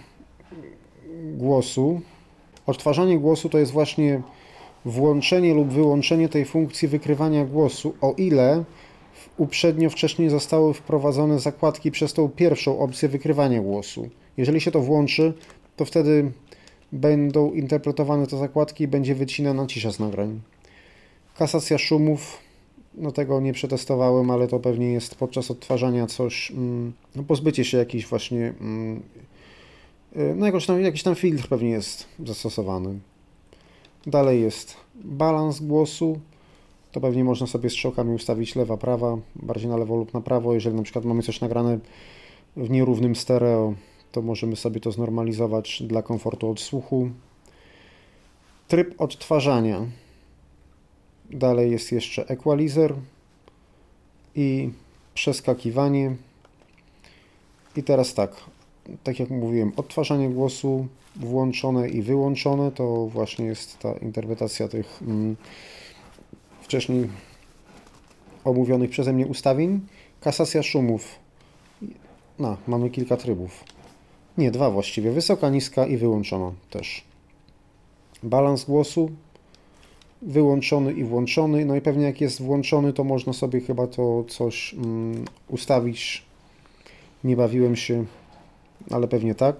głosu. Odtwarzanie głosu to jest właśnie włączenie lub wyłączenie tej funkcji wykrywania głosu, o ile wcześniej zostały wprowadzone zakładki przez tą pierwszą opcję wykrywania głosu. Jeżeli się to włączy, to wtedy będą interpretowane te zakładki i będzie wycinana cisza z nagrań. Kasacja szumów, no tego nie przetestowałem, ale to pewnie jest podczas odtwarzania coś, no pozbycie się jakiś właśnie, no jakiś tam filtr pewnie jest zastosowany. Dalej jest balans głosu, to pewnie można sobie strzałkami ustawić lewa, prawa, bardziej na lewo lub na prawo. Jeżeli na przykład mamy coś nagrane w nierównym stereo, to możemy sobie to znormalizować dla komfortu odsłuchu. Tryb odtwarzania. Dalej jest jeszcze equalizer i przeskakiwanie. I teraz tak jak mówiłem, odtwarzanie głosu włączone i wyłączone, to właśnie jest ta interpretacja tych wcześniej omówionych przeze mnie ustawień. Kasacja szumów. No, mamy kilka trybów. Nie, 2 właściwie. Wysoka, niska i wyłączona też. Balans głosu. Wyłączony i włączony. No i pewnie jak jest włączony, to można sobie chyba to coś ustawić. Nie bawiłem się, ale pewnie tak.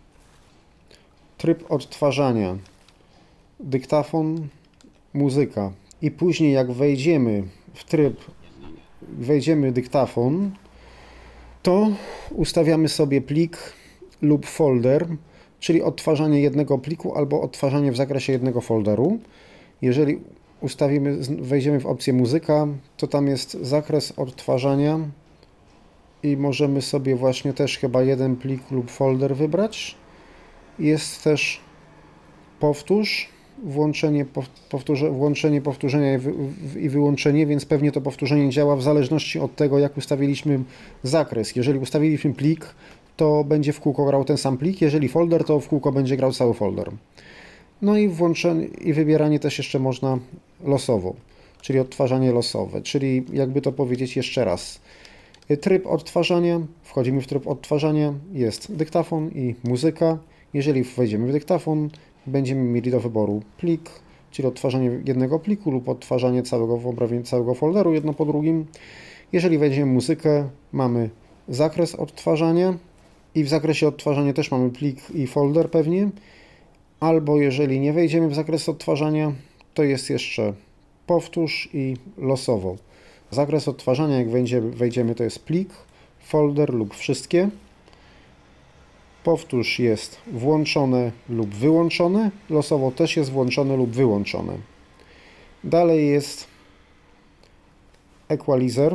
Tryb odtwarzania. Dyktafon, muzyka. I później jak wejdziemy w tryb, dyktafon, to ustawiamy sobie plik lub folder, czyli odtwarzanie jednego pliku albo odtwarzanie w zakresie jednego folderu. Jeżeli wejdziemy w opcję muzyka, to tam jest zakres odtwarzania i możemy sobie właśnie też chyba jeden plik lub folder wybrać. Jest też powtórz, włączenie powtórzenia i wyłączenie, więc pewnie to powtórzenie działa w zależności od tego, jak ustawiliśmy zakres. Jeżeli ustawiliśmy plik, to będzie w kółko grał ten sam plik, jeżeli folder, to w kółko będzie grał cały folder. No i i wybieranie też jeszcze można losowo, czyli odtwarzanie losowe, czyli jakby to powiedzieć jeszcze raz. Tryb odtwarzania, wchodzimy w tryb odtwarzania, jest dyktafon i muzyka. Jeżeli wejdziemy w dyktafon, będziemy mieli do wyboru plik, czyli odtwarzanie jednego pliku lub odtwarzanie całego folderu jedno po drugim. Jeżeli wejdziemy muzykę, mamy zakres odtwarzania i w zakresie odtwarzania też mamy plik i folder pewnie. Albo jeżeli nie wejdziemy w zakres odtwarzania, to jest jeszcze powtórz i losowo. Zakres odtwarzania, jak wejdziemy, to jest plik, folder lub wszystkie. Powtórz jest włączone lub wyłączone. Losowo też jest włączone lub wyłączone. Dalej jest equalizer.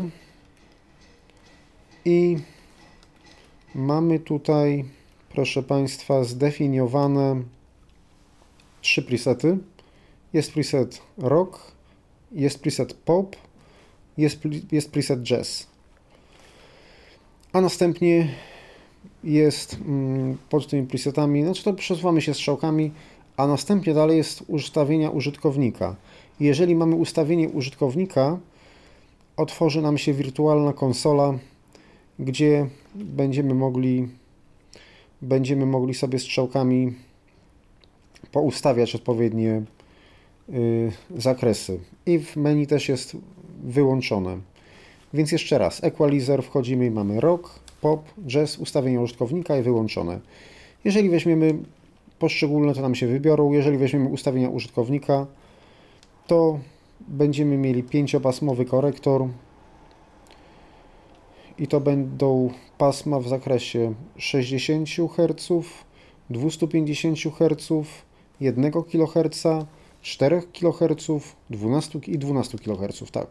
I mamy tutaj, proszę Państwa, zdefiniowane 3 presety. Jest preset rock, jest preset pop, jest preset jazz. A następnie jest pod tymi presetami, znaczy to przesuwamy się strzałkami, a następnie dalej jest ustawienia użytkownika. Jeżeli mamy ustawienie użytkownika, otworzy nam się wirtualna konsola, gdzie będziemy mogli sobie strzałkami poustawiać odpowiednie zakresy. I w menu też jest wyłączone. Więc jeszcze raz, equalizer, wchodzimy i mamy rock, pop, jazz, ustawienia użytkownika i wyłączone. Jeżeli weźmiemy poszczególne, to nam się wybiorą. Jeżeli weźmiemy ustawienia użytkownika, to będziemy mieli 5-pasmowy korektor i to będą pasma w zakresie 60 Hz, 250 Hz, 1 kHz, 4 kHz, 12 i 12 kHz, tak.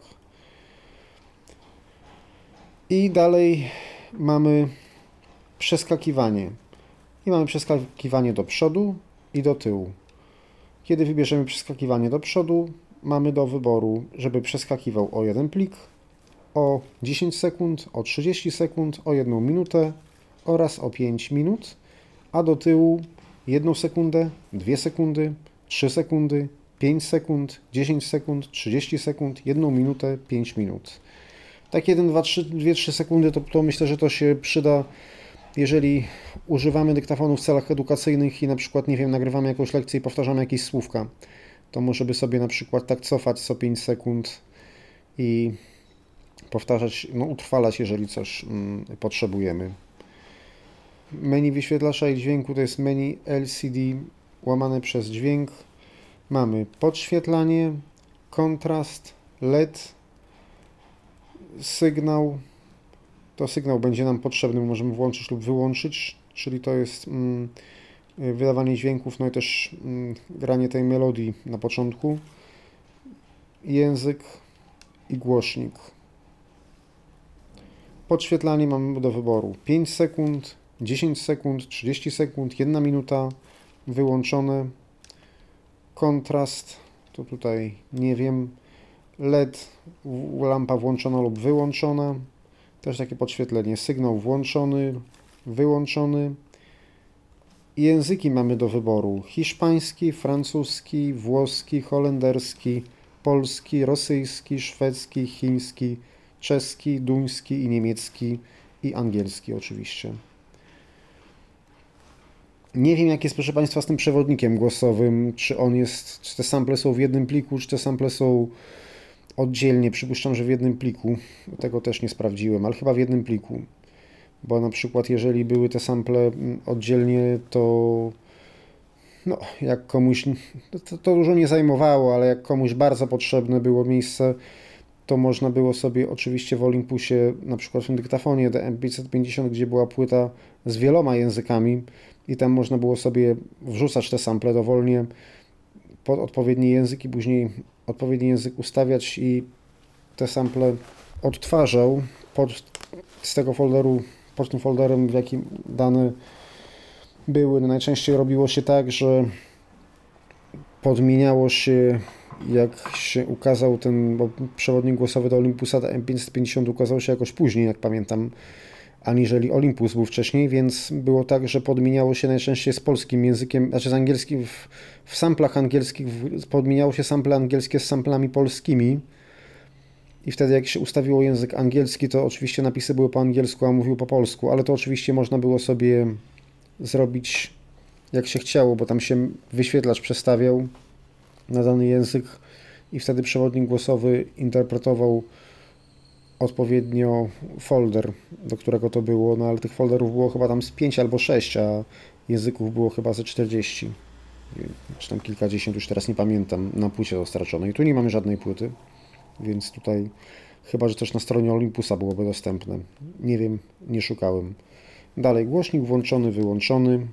I dalej mamy przeskakiwanie. I mamy przeskakiwanie do przodu i do tyłu. Kiedy wybierzemy przeskakiwanie do przodu, mamy do wyboru, żeby przeskakiwał o jeden plik, o 10 sekund, o 30 sekund, o 1 minutę oraz o 5 minut, a do tyłu 1 sekundę, 2 sekundy, 3 sekundy, 5 sekund, 10 sekund, 30 sekund, 1 minutę, 5 minut. Tak 1, 2, 3, 2-3 sekundy to myślę, że to się przyda, jeżeli używamy dyktafonu w celach edukacyjnych i na przykład, nie wiem, nagrywamy jakąś lekcję i powtarzamy jakieś słówka, to może by sobie na przykład tak cofać co 5 sekund i powtarzać, utrwalać, jeżeli coś potrzebujemy. Menu wyświetlacza i dźwięku to jest menu LCD łamane przez dźwięk. Mamy podświetlanie, kontrast, LED, sygnał. To sygnał będzie nam potrzebny, możemy włączyć lub wyłączyć, czyli to jest wydawanie dźwięków, no i też granie tej melodii na początku. Język i głośnik. Podświetlanie mamy do wyboru 5 sekund, 10 sekund, 30 sekund, 1 minuta, wyłączone. Kontrast, to tutaj nie wiem. LED, lampa włączona lub wyłączona. Też takie podświetlenie. Sygnał włączony, wyłączony. Języki mamy do wyboru: hiszpański, francuski, włoski, holenderski, polski, rosyjski, szwedzki, chiński, czeski, duński i niemiecki i angielski oczywiście. Nie wiem, jak jest, proszę Państwa, z tym przewodnikiem głosowym, czy te sample są w jednym pliku, czy te sample są oddzielnie. Przypuszczam, że w jednym pliku. Tego też nie sprawdziłem, ale chyba w jednym pliku. Bo na przykład, jeżeli były te sample oddzielnie, to jak komuś, to dużo nie zajmowało, ale jak komuś bardzo potrzebne było miejsce, to można było sobie oczywiście w Olympusie, na przykład w tym dyktafonie DM550, gdzie była płyta z wieloma językami i tam można było sobie wrzucać te sample dowolnie pod odpowiedni język i później odpowiedni język ustawiać i te sample odtwarzał z tego folderu, pod tym folderem, w jakim dane były. Najczęściej robiło się tak, że podmieniało się, jak się ukazał bo przewodnik głosowy do Olympusa DM550 ukazał się jakoś później, jak pamiętam, aniżeli Olympus był wcześniej, więc było tak, że podmieniało się najczęściej z polskim językiem, znaczy z angielskim, w samplach angielskich podmieniało się sample angielskie z samplami polskimi i wtedy jak się ustawiło język angielski, to oczywiście napisy były po angielsku, a mówił po polsku, ale to oczywiście można było sobie zrobić jak się chciało, bo tam się wyświetlacz przestawiał na dany język i wtedy przewodnik głosowy interpretował odpowiednio folder, do którego to było, no ale tych folderów było chyba tam z 5 albo 6, a języków było chyba ze 40, czy tam kilkadziesiąt, już teraz nie pamiętam, na płycie dostarczonej. Tu nie mamy żadnej płyty, więc tutaj chyba, że też na stronie Olympusa byłoby dostępne. Nie wiem, nie szukałem. Dalej, głośnik włączony, wyłączony.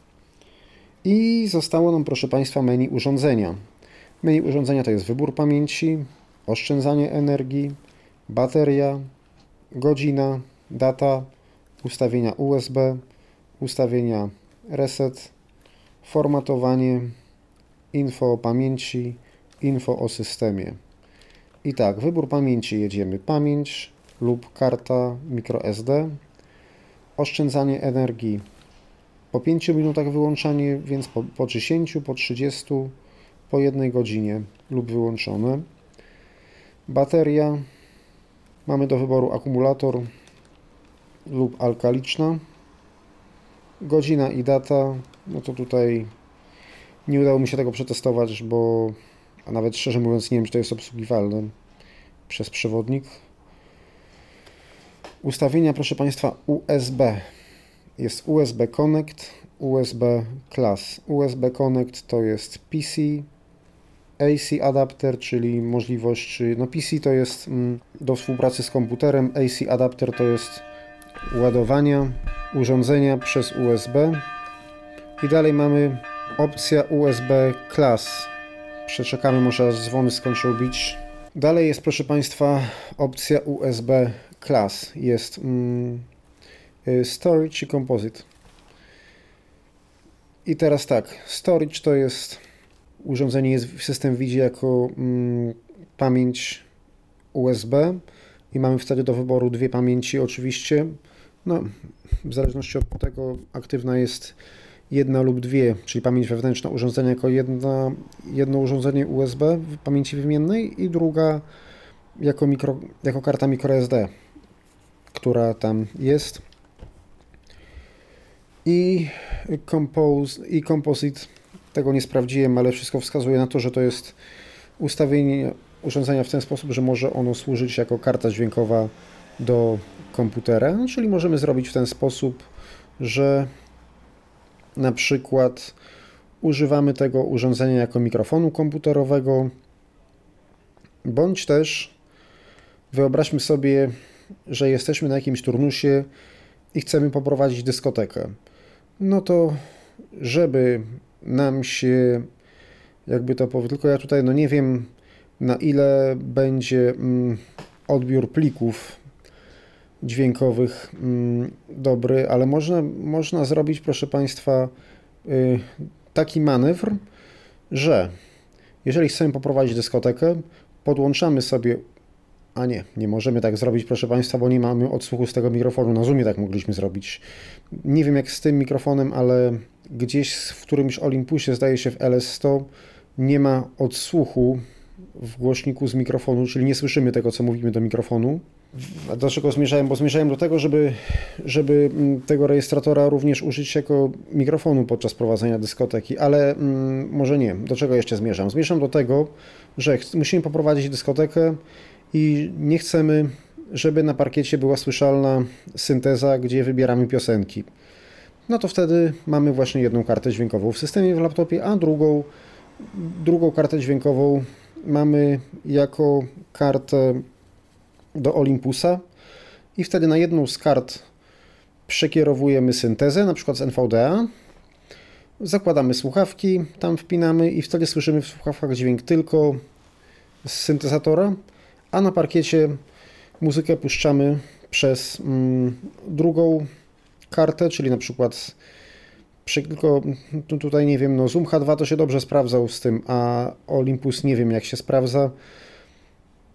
I zostało nam, proszę Państwa, menu urządzenia. Menu urządzenia to jest wybór pamięci, oszczędzanie energii, bateria, godzina, data, ustawienia USB, ustawienia reset, formatowanie, info o pamięci, info o systemie. I tak, wybór pamięci jedziemy pamięć lub karta microSD, oszczędzanie energii po 5 minutach wyłączanie, więc po 10, po 30, po 1 godzinie lub wyłączone. Bateria, mamy do wyboru akumulator lub alkaliczna. Godzina i data, no to tutaj nie udało mi się tego przetestować, a nawet szczerze mówiąc nie wiem, czy to jest obsługiwalne przez przewodnik. Ustawienia, proszę Państwa, USB. Jest USB Connect, USB Class. USB Connect to jest PC, AC adapter, czyli możliwość, no PC to jest do współpracy z komputerem, AC adapter to jest ładowania urządzenia przez USB. I dalej mamy opcja USB Class. Przeczekamy, może aż dzwony skończą bić. Dalej jest, proszę Państwa, opcja USB Class. Jest Storage i Composite. I teraz tak, Storage to jest urządzenie, system widzi jako pamięć USB i mamy wtedy do wyboru 2 pamięci oczywiście. No, w zależności od tego aktywna jest 1 lub 2, czyli pamięć wewnętrzna urządzenia jako jedno urządzenie USB w pamięci wymiennej i druga jako karta microSD, która tam jest. I Composite, tego nie sprawdziłem, ale wszystko wskazuje na to, że to jest ustawienie urządzenia w ten sposób, że może ono służyć jako karta dźwiękowa do komputera, czyli możemy zrobić w ten sposób, że na przykład używamy tego urządzenia jako mikrofonu komputerowego, bądź też wyobraźmy sobie, że jesteśmy na jakimś turnusie i chcemy poprowadzić dyskotekę. No to żeby nam się, jakby to powiedzieć, tylko ja tutaj no nie wiem na ile będzie odbiór plików dźwiękowych dobry, ale można zrobić, proszę Państwa, taki manewr, że jeżeli chcemy poprowadzić dyskotekę, podłączamy sobie, a nie możemy tak zrobić, proszę Państwa, bo nie mamy odsłuchu z tego mikrofonu. Na Zoomie tak mogliśmy zrobić. Nie wiem jak z tym mikrofonem, ale gdzieś w którymś Olympusie, zdaje się w LS100, nie ma odsłuchu w głośniku z mikrofonu, czyli nie słyszymy tego, co mówimy do mikrofonu. A do czego zmierzałem? Bo zmierzałem do tego, żeby tego rejestratora również użyć jako mikrofonu podczas prowadzenia dyskoteki, ale może nie. Do czego jeszcze zmierzam? Zmierzam do tego, że musimy poprowadzić dyskotekę i nie chcemy, żeby na parkiecie była słyszalna synteza, gdzie wybieramy piosenki. No to wtedy mamy właśnie jedną kartę dźwiękową w systemie w laptopie, a drugą kartę dźwiękową mamy jako kartę do Olympusa i wtedy na jedną z kart przekierowujemy syntezę, na przykład z NVDA, zakładamy słuchawki, tam wpinamy i wtedy słyszymy w słuchawkach dźwięk tylko z syntezatora, a na parkiecie muzykę puszczamy przez drugą kartę, czyli na przykład tylko tutaj nie wiem, no Zoom H2 to się dobrze sprawdzał z tym, a Olympus nie wiem jak się sprawdza.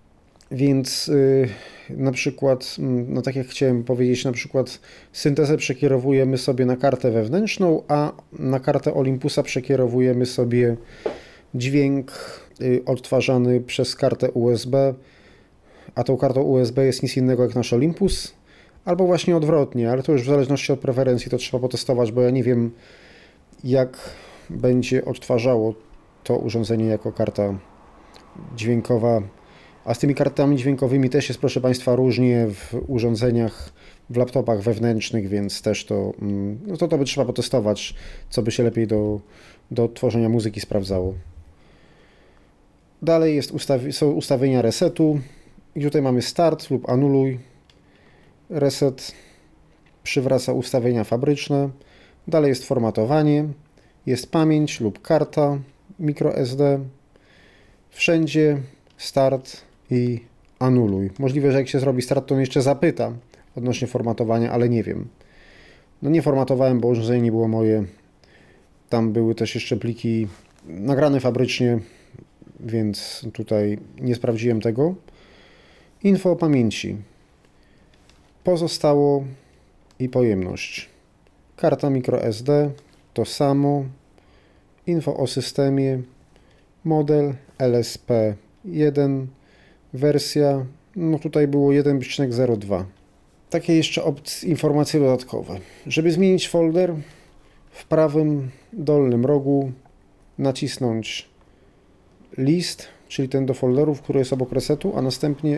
Więc na przykład, no tak jak chciałem powiedzieć, na przykład syntezę przekierowujemy sobie na kartę wewnętrzną, a na kartę Olympusa przekierowujemy sobie dźwięk odtwarzany przez kartę USB, a tą kartą USB jest nic innego jak nasz Olympus, albo właśnie odwrotnie, ale to już w zależności od preferencji to trzeba potestować, bo ja nie wiem, jak będzie odtwarzało to urządzenie jako karta dźwiękowa. A z tymi kartami dźwiękowymi też jest, proszę Państwa, różnie w urządzeniach, w laptopach wewnętrznych, więc też to by trzeba potestować, co by się lepiej do tworzenia muzyki sprawdzało. Dalej są ustawienia resetu i tutaj mamy start lub anuluj. Reset przywraca ustawienia fabryczne. Dalej jest formatowanie, jest pamięć lub karta microSD. Wszędzie start i anuluj. Możliwe, że jak się zrobi start, to on jeszcze zapyta odnośnie formatowania, ale nie wiem. No nie formatowałem, bo urządzenie nie było moje. Tam były też jeszcze pliki nagrane fabrycznie, więc tutaj nie sprawdziłem tego. Info o pamięci. Pozostało i pojemność. Karta microSD to samo. Info o systemie. Model LSP1. Wersja, no tutaj było 1.02. Takie jeszcze informacje dodatkowe. Żeby zmienić folder, w prawym dolnym rogu nacisnąć list, czyli ten do folderów, który jest obok resetu, a następnie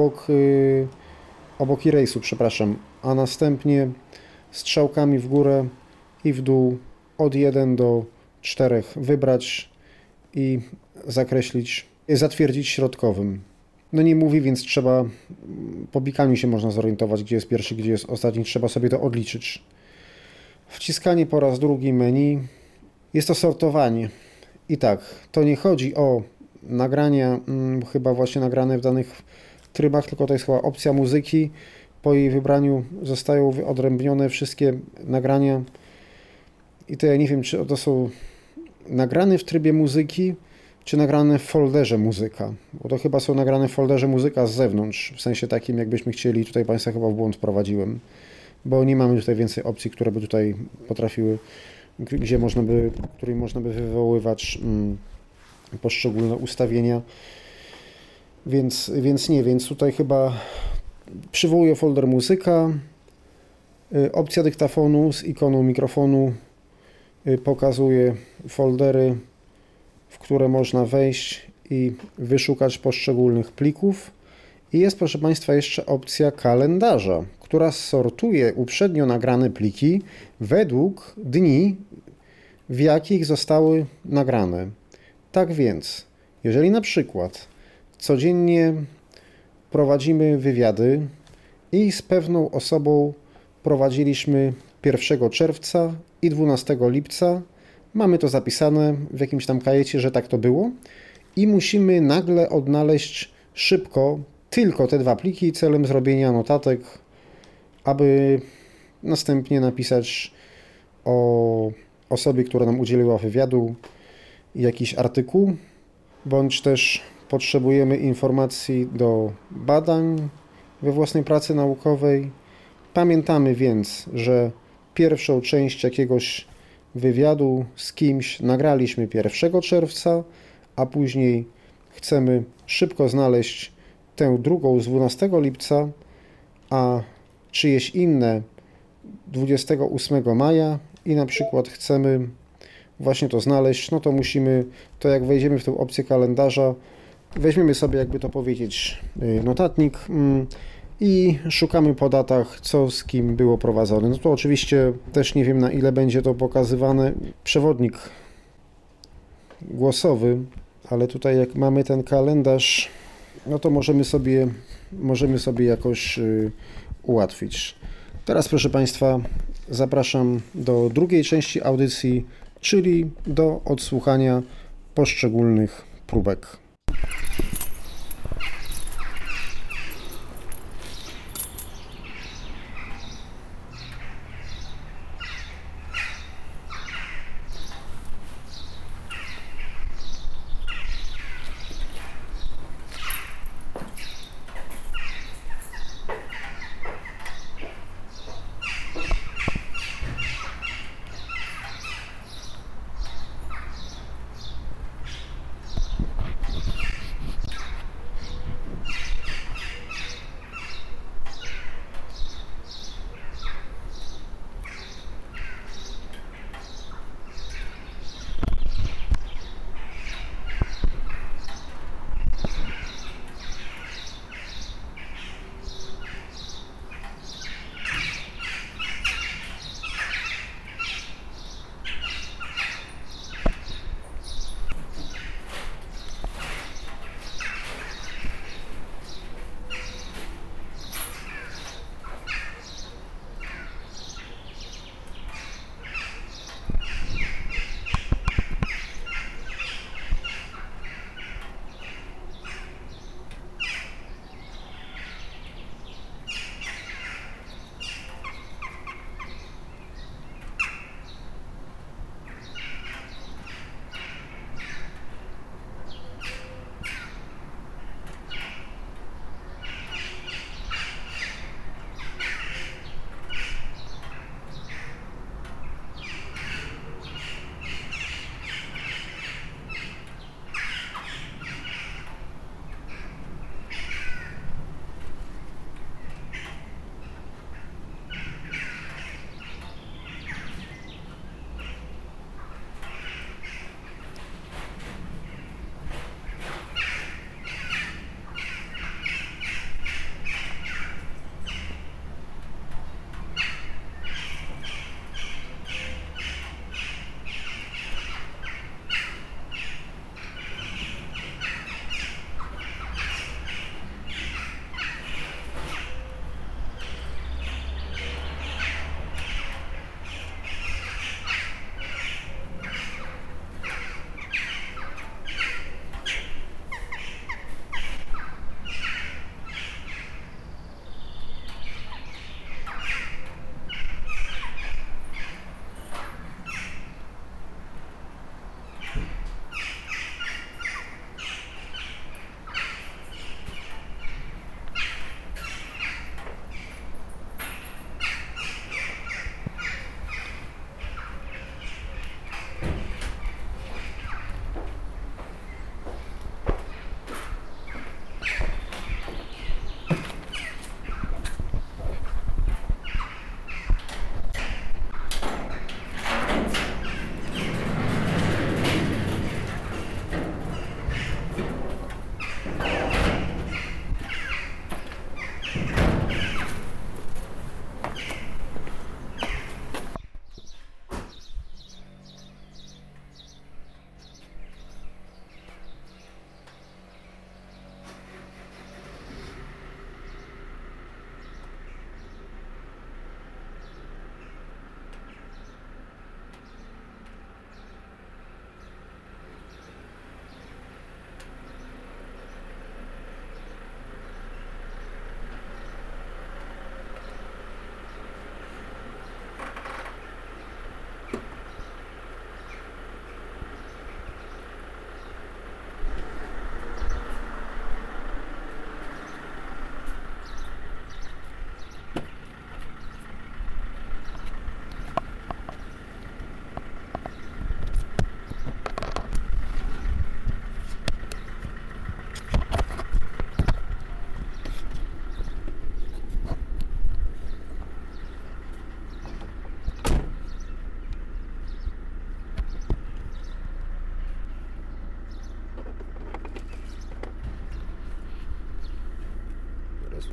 obok erase'u, przepraszam, a następnie strzałkami w górę i w dół od 1 do 4 wybrać i zatwierdzić środkowym. No nie mówi, więc trzeba, po bikaniu się można zorientować, gdzie jest pierwszy, gdzie jest ostatni, trzeba sobie to odliczyć. Wciskanie po raz drugi menu. Jest to sortowanie. I tak, to nie chodzi o nagrania, chyba właśnie nagrane w danych trybach, tylko to jest chyba opcja muzyki. Po jej wybraniu zostają wyodrębnione wszystkie nagrania. I to ja nie wiem, czy to są nagrane w trybie muzyki, czy nagrane w folderze muzyka, bo to chyba są nagrane w folderze muzyka z zewnątrz, w sensie takim, jakbyśmy chcieli, tutaj Państwa chyba w błąd wprowadziłem, bo nie mamy tutaj więcej opcji, które by tutaj potrafiły, którymi można by wywoływać poszczególne ustawienia, więc tutaj chyba przywołuję folder muzyka, opcja dyktafonu z ikoną mikrofonu pokazuje foldery, w które można wejść i wyszukać poszczególnych plików. I jest, proszę Państwa, jeszcze opcja kalendarza, która sortuje uprzednio nagrane pliki według dni, w jakich zostały nagrane. Tak więc, jeżeli na przykład codziennie prowadzimy wywiady i z pewną osobą prowadziliśmy 1 czerwca i 12 lipca, mamy to zapisane w jakimś tam kajecie, że tak to było i musimy nagle odnaleźć szybko tylko te 2 pliki celem zrobienia notatek, aby następnie napisać o osobie, która nam udzieliła wywiadu, jakiś artykuł, bądź też potrzebujemy informacji do badań we własnej pracy naukowej. Pamiętamy więc, że pierwszą część jakiegoś wywiadu z kimś nagraliśmy 1 czerwca, a później chcemy szybko znaleźć tę drugą z 12 lipca, a czyjeś inne 28 maja i na przykład chcemy właśnie to znaleźć, no to musimy, to jak wejdziemy w tę opcję kalendarza, weźmiemy sobie, jakby to powiedzieć, notatnik i szukamy po datach, co z kim było prowadzone. No to oczywiście też nie wiem, na ile będzie to pokazywane. Przewodnik głosowy, ale tutaj jak mamy ten kalendarz, no to możemy sobie jakoś ułatwić. Teraz, proszę Państwa, zapraszam do drugiej części audycji, czyli do odsłuchania poszczególnych próbek.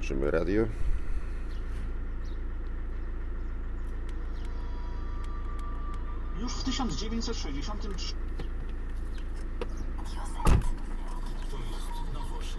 Włączymy radio. Już w 1963 to jest nowość.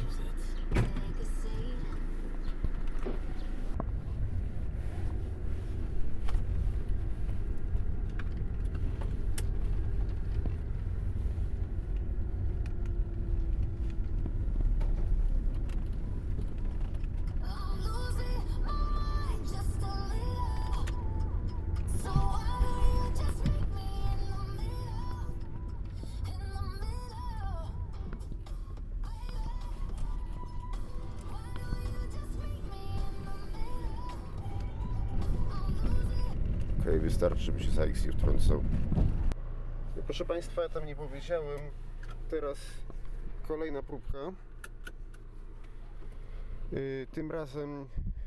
Okej, wystarczy, by się Sykes nie wtrącał. No, proszę Państwa, ja tam nie powiedziałem. Teraz kolejna próbka. Tym razem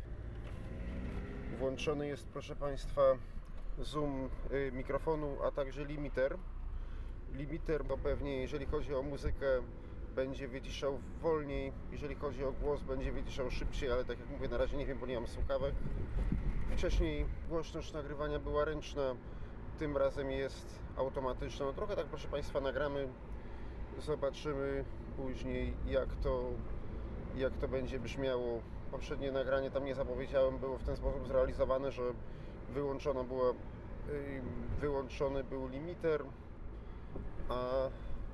włączony jest, proszę Państwa, zoom mikrofonu, a także limiter. Limiter to pewnie, jeżeli chodzi o muzykę, będzie wyciszał wolniej, jeżeli chodzi o głos, będzie wyciszał szybciej, ale tak jak mówię, na razie nie wiem, bo nie mam słuchawek. Wcześniej głośność nagrywania była ręczna, tym razem jest automatyczna. No, trochę tak, proszę Państwa, nagramy, zobaczymy później, jak to będzie brzmiało. Poprzednie nagranie, tam nie zapowiedziałem, było w ten sposób zrealizowane, że wyłączony był limiter, a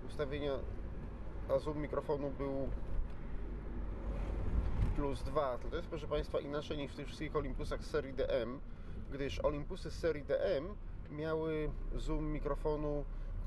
zoom mikrofonu był +2. To jest, proszę Państwa, inaczej niż w tych wszystkich Olympusach z serii DM, gdyż Olympusy z serii DM miały zoom mikrofonu,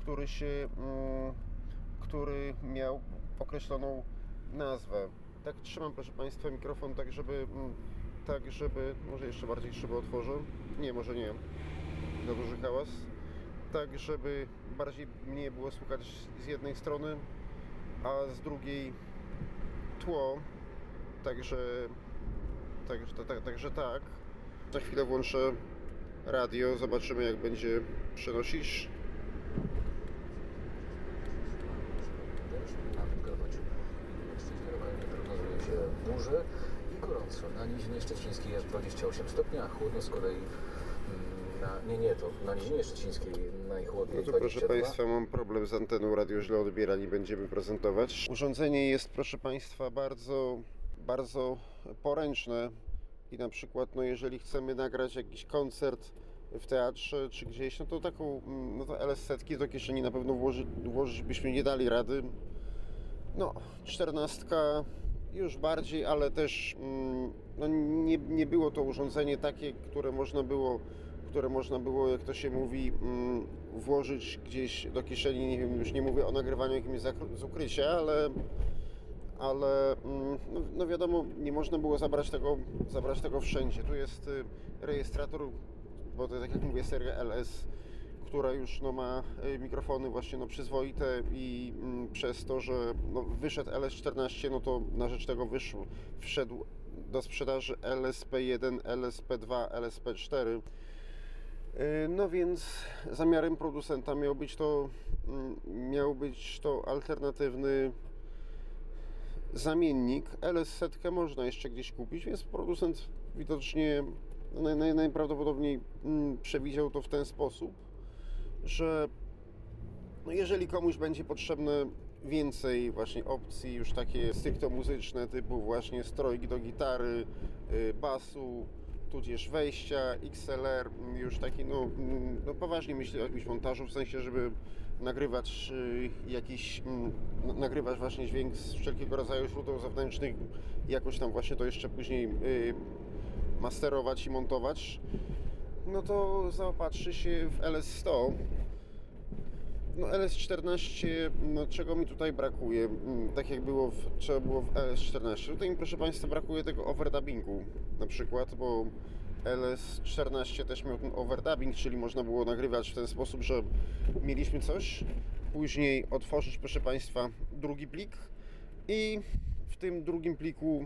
który miał określoną nazwę. Tak trzymam, proszę Państwa, mikrofon tak, żeby może jeszcze bardziej szybko otworzę. Nie, może nie. Za duży hałas. Tak, żeby bardziej mnie było słychać z jednej strony, a z drugiej tło. Także tak. Za chwilę włączę radio, zobaczymy, jak będzie przenosić. Nawet Gorbaciu i mężczyźni lokalnie prognozuje się burze i gorąco. Na Nizinie Szczecińskiej jest 28 stopni, a chłodno z kolei na Nizinie Szczecińskiej najchłodniej No to 22. proszę Państwa, mam problem z anteną, radio źle odbiera, nie będziemy prezentować. Urządzenie jest, proszę Państwa, bardzo poręczne i na przykład, no jeżeli chcemy nagrać jakiś koncert w teatrze czy gdzieś, no to taką, no to LS-setki do kieszeni na pewno włożyć byśmy nie dali rady. No, 14 już bardziej, ale też no, nie było to urządzenie takie, które można było, jak to się mówi, włożyć gdzieś do kieszeni. Nie wiem, już nie mówię o nagrywaniu jakimś z ukrycia, ale no wiadomo, nie można było zabrać tego wszędzie. Tu jest rejestrator, bo to tak jak mówię, seria LS, która już no, ma mikrofony właśnie no, przyzwoite i przez to, że no, wyszedł LS14, no to na rzecz tego wszedł do sprzedaży LSP1, LSP2, LSP4. No więc zamiarem producenta miał być to alternatywny zamiennik. LS-setkę można jeszcze gdzieś kupić, więc producent widocznie najprawdopodobniej przewidział to w ten sposób, że no jeżeli komuś będzie potrzebne więcej właśnie opcji już takie stricte muzyczne, typu właśnie strojki do gitary, basu, tudzież wejścia, XLR, już taki no poważnie myślę o jakimś montażu, w sensie, żeby nagrywać nagrywać właśnie dźwięk z wszelkiego rodzaju źródeł zewnętrznych i jakoś tam właśnie to jeszcze później masterować i montować, no to zaopatrzy się w LS100. No LS14, no czego mi tutaj brakuje, tak jak trzeba było w LS14. Tutaj mi, proszę Państwa, brakuje tego overdubbingu na przykład, bo LS14 też miał ten overdubbing, czyli można było nagrywać w ten sposób, że mieliśmy coś, później otworzyć, proszę Państwa, drugi plik i w tym drugim pliku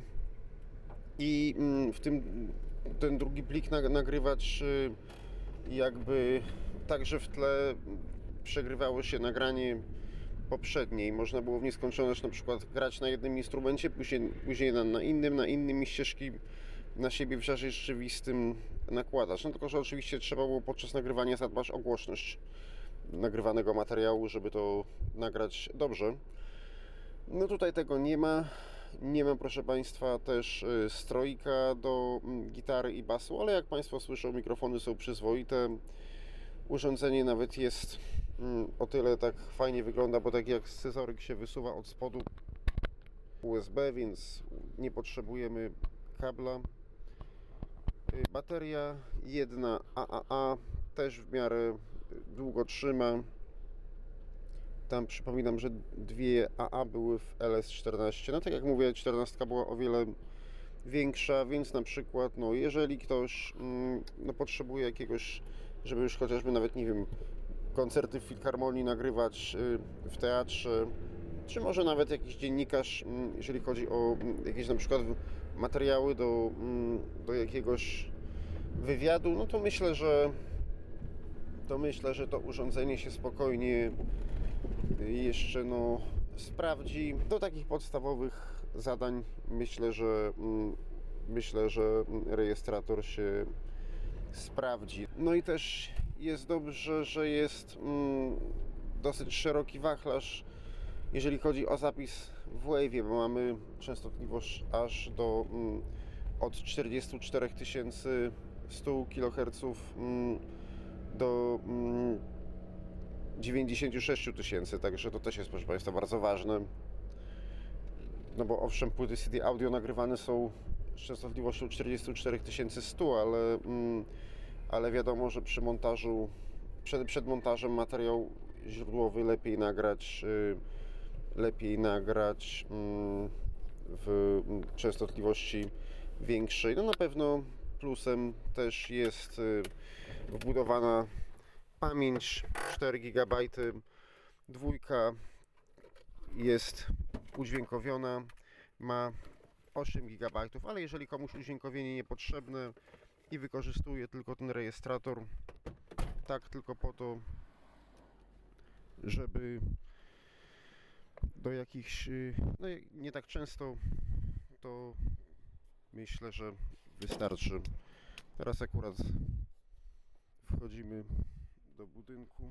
ten drugi plik nagrywać jakby tak, że w tle przegrywało się nagranie poprzedniej. Można było w nieskończoność na przykład grać na jednym instrumencie, później na innym i ścieżki na siebie w czasie rzeczywistym nakładać. No tylko, że oczywiście trzeba było podczas nagrywania zadbać o głośność nagrywanego materiału, żeby to nagrać dobrze. No tutaj tego nie ma. Nie ma, proszę Państwa, też strojka do gitary i basu, ale jak Państwo słyszą, mikrofony są przyzwoite. Urządzenie nawet jest o tyle tak fajnie wygląda, bo tak jak scyzoryk się wysuwa od spodu USB, więc nie potrzebujemy kabla. Bateria jedna AAA też w miarę długo trzyma. Tam przypominam, że dwie AA były w LS14. No tak jak mówię, 14 była o wiele większa, więc na przykład, jeżeli ktoś potrzebuje jakiegoś, żeby już chociażby nawet, nie wiem, koncerty w filharmonii nagrywać w teatrze, czy może nawet jakiś dziennikarz, jeżeli chodzi o jakieś na przykład materiały do jakiegoś wywiadu, no to myślę, że to urządzenie się spokojnie jeszcze sprawdzi. Do takich podstawowych zadań myślę, że rejestrator się sprawdzi. No i też jest dobrze, że jest dosyć szeroki wachlarz, jeżeli chodzi o zapis w wave'ie, bo mamy częstotliwość aż od 44 100 kHz do 96 000, także to też jest, proszę Państwa, bardzo ważne. No bo owszem, płyty CD audio nagrywane są z częstotliwością 44 100, ale wiadomo, że przy montażu, przed montażem materiał źródłowy lepiej nagrać w częstotliwości większej. No na pewno plusem też jest wbudowana pamięć 4 GB, dwójka jest udźwiękowiona, ma 8 GB, ale jeżeli komuś udźwiękowienie niepotrzebne i wykorzystuje tylko ten rejestrator, tak tylko po to, żeby do jakichś, nie tak często, to myślę, że wystarczy. Teraz akurat wchodzimy do budynku.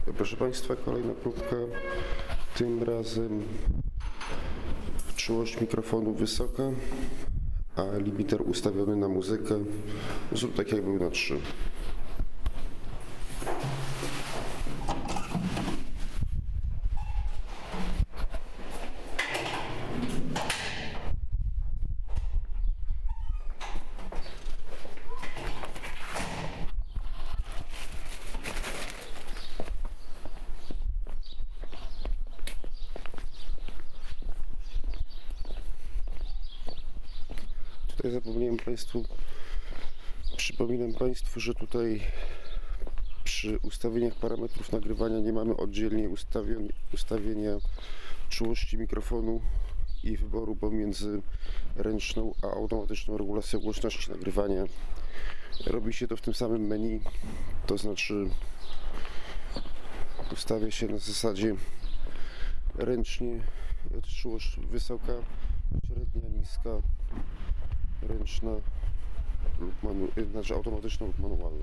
Proszę Państwa, kolejna próbka, tym razem czułość mikrofonu wysoka, a limiter ustawiony na muzykę, zrób tak jak był na 3. Tutaj przypominam Państwu, że tutaj przy ustawieniach parametrów nagrywania nie mamy oddzielnie ustawienia czułości mikrofonu i wyboru pomiędzy ręczną a automatyczną regulacją głośności nagrywania. Robi się to w tym samym menu, to znaczy ustawia się na zasadzie ręcznie, czułość wysoka, średnia, niska, ręczna lub znaczy automatyczna lub manualna.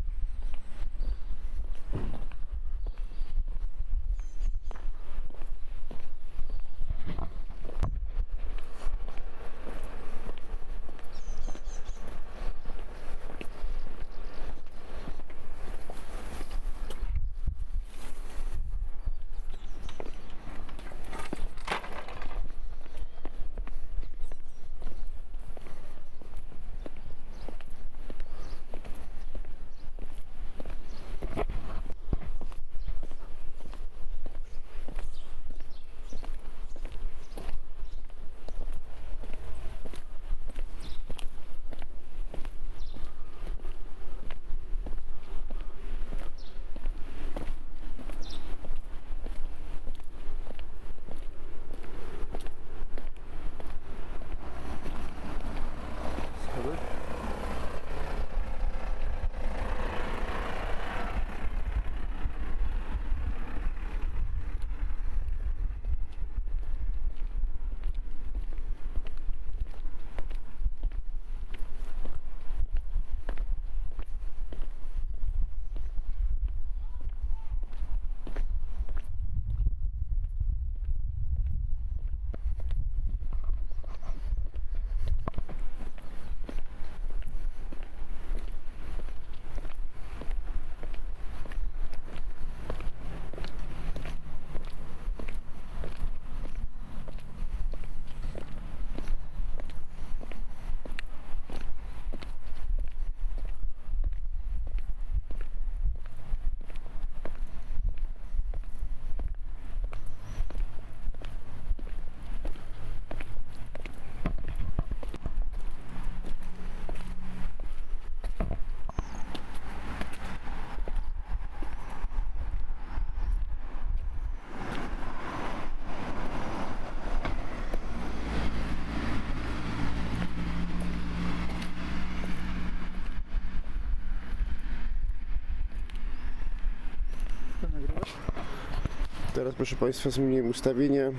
Teraz, proszę Państwa, zmieniłem ustawienie.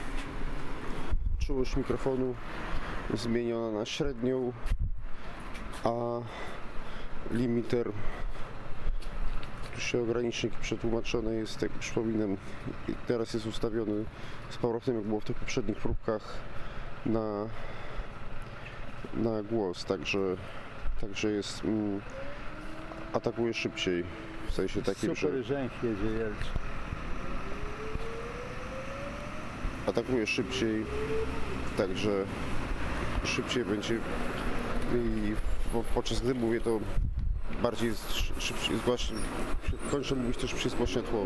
Czułość mikrofonu zmieniona na średnią, a limiter, tu się ogranicznik przetłumaczony jest, jak przypominam, i teraz jest ustawiony z powrotem, jak było w tych poprzednich próbkach, na głos, także jest atakuje szybciej, w sensie takim, że atakuje szybciej, także szybciej będzie i podczas gdy mówię, to bardziej jest szybciej, kończę mówić też przyzgłośnie tło.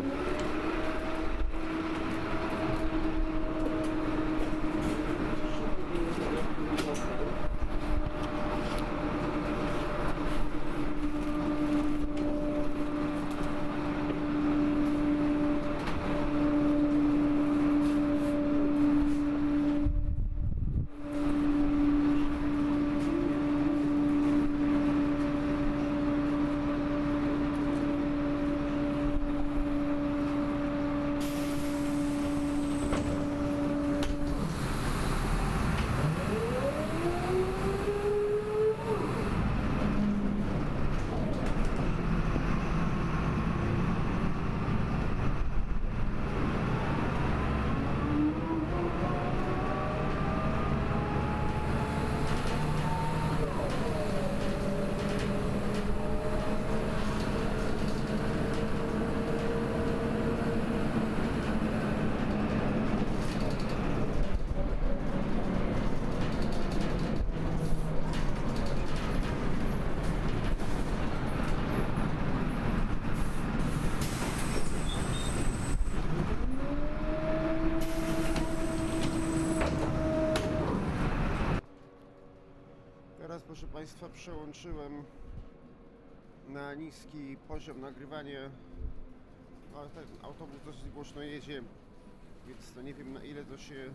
Państwa, przełączyłem na niski poziom nagrywania. Ale ten autobus dosyć głośno jedzie, więc no nie wiem na ile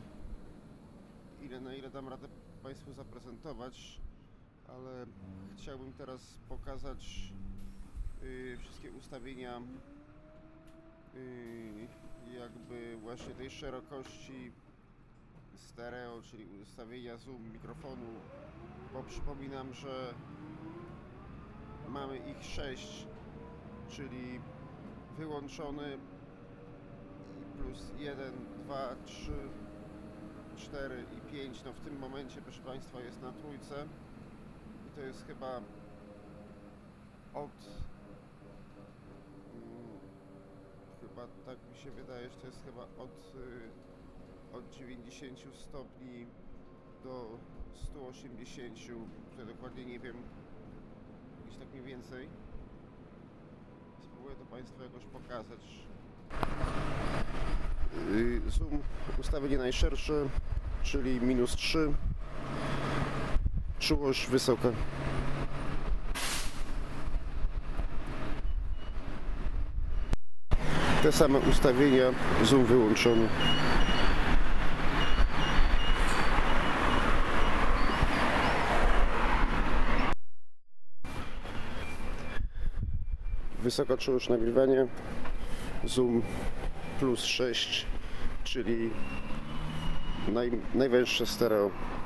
na ile dam radę Państwu zaprezentować, ale chciałbym teraz pokazać wszystkie ustawienia jakby właśnie tej szerokości stereo, czyli ustawienia zoom mikrofonu, bo przypominam, że mamy ich 6, czyli wyłączony plus 1, 2, 3, 4 i 5. No w tym momencie, proszę Państwa, jest na trójce i to jest chyba chyba tak mi się wydaje, że to jest chyba od 90 stopni do 180, że dokładnie nie wiem, gdzieś tak mniej więcej. Spróbuję to Państwu jakoś pokazać. Zoom, ustawienie najszersze, czyli -3, czułość wysoka. Te same ustawienia, zoom wyłączony. Wysoka czułość nagrywania, zoom +6, czyli najwęższe stereo.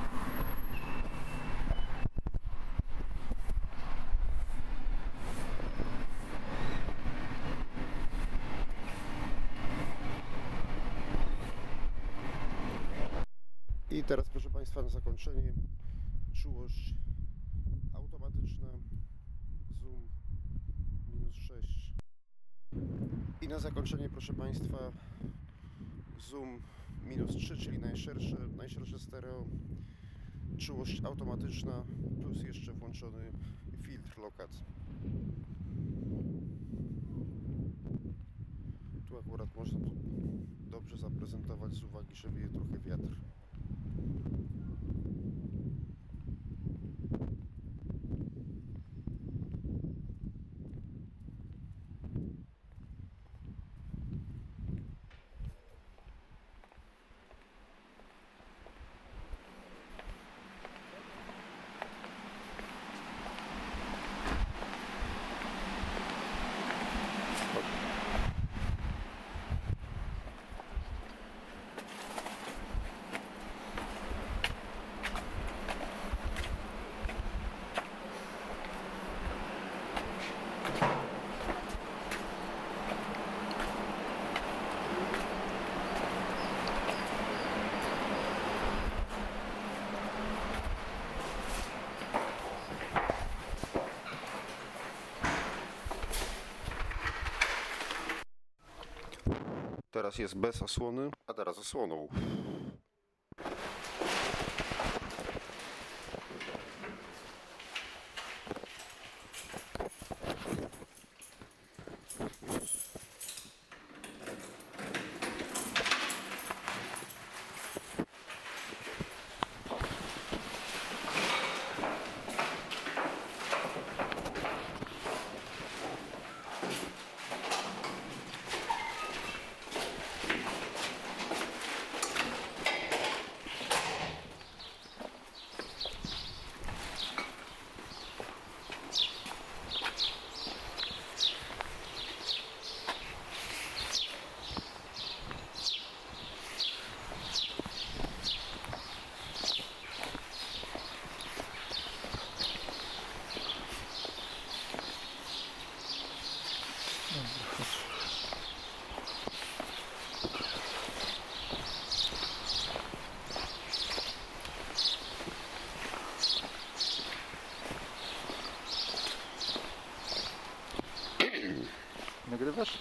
I teraz, proszę Państwa, na zakończenie czułość automatyczna, zoom -6. I na zakończenie, proszę Państwa, zoom -3, czyli najszersze stereo, czułość automatyczna, plus jeszcze włączony filtr lokat. Tu akurat można to dobrze zaprezentować z uwagi, że wieje trochę wiatr. Teraz jest bez osłony, a teraz osłoną. Nagrywasz?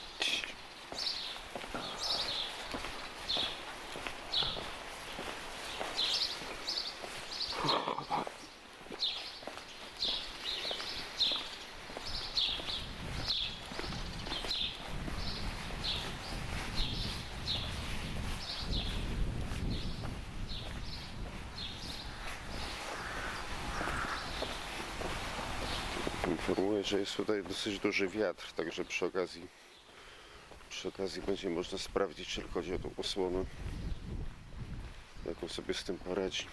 powiedzieć, że jest tutaj dosyć duży wiatr, także przy okazji będzie można sprawdzić, jak chodzi o tą osłonę, jak on sobie z tym poradzi.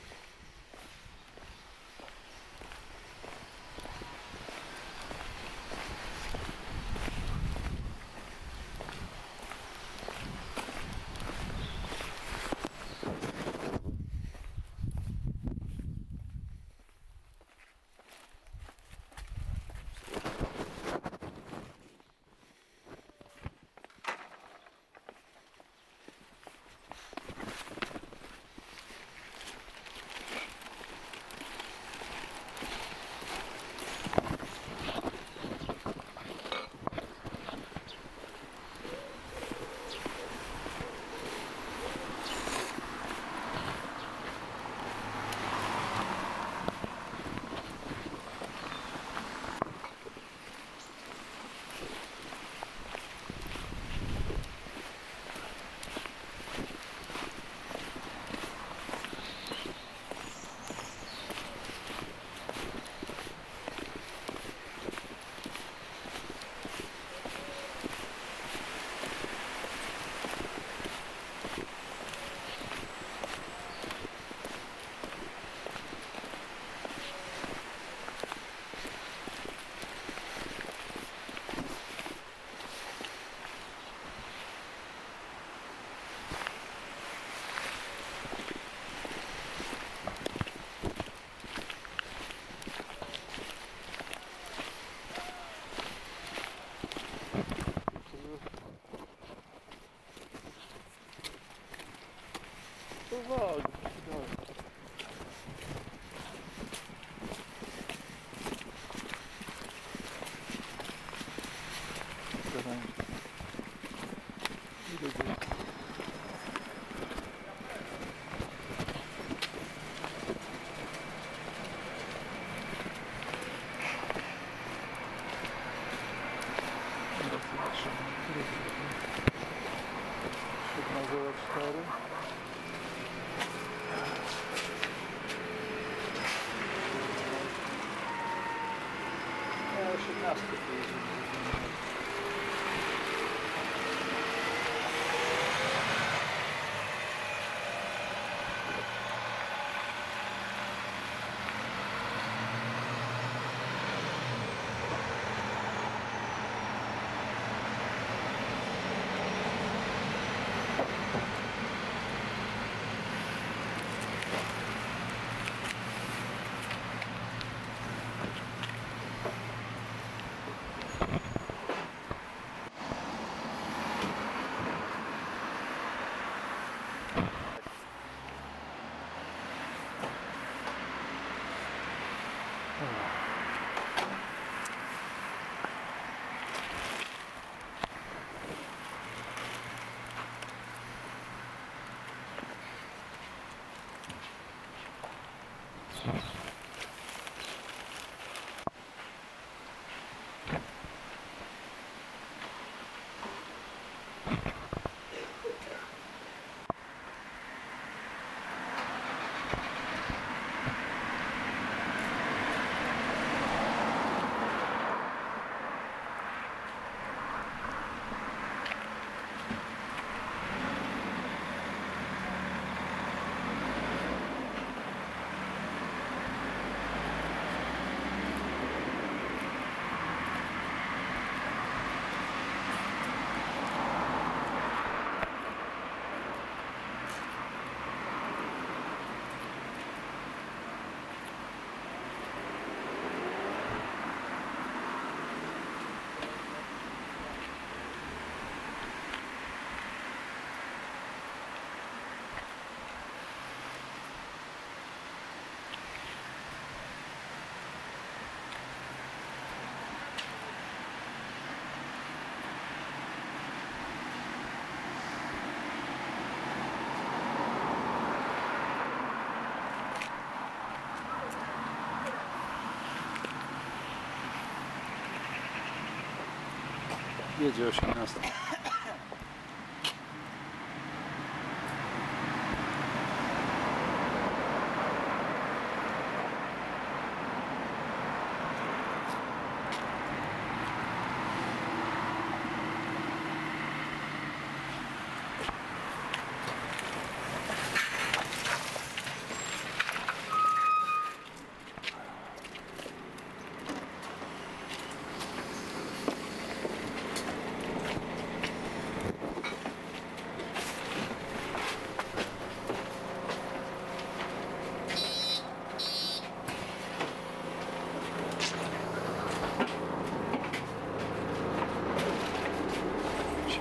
Jedzie 18.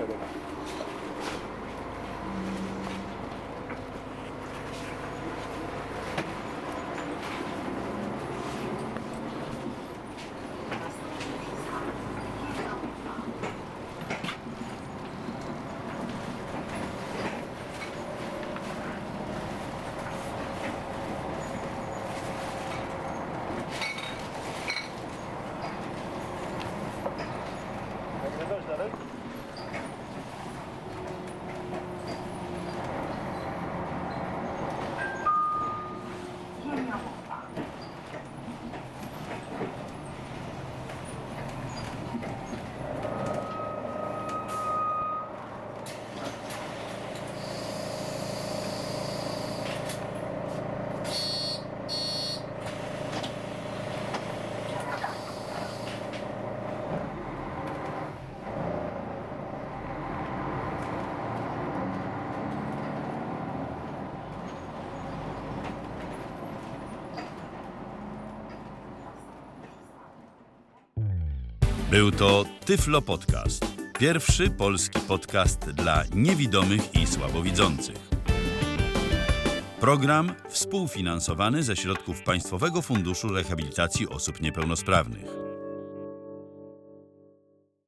środek. Nagrywasz dalej? Był to Tyflo Podcast. Pierwszy polski podcast dla niewidomych i słabowidzących. Program współfinansowany ze środków Państwowego Funduszu Rehabilitacji Osób Niepełnosprawnych.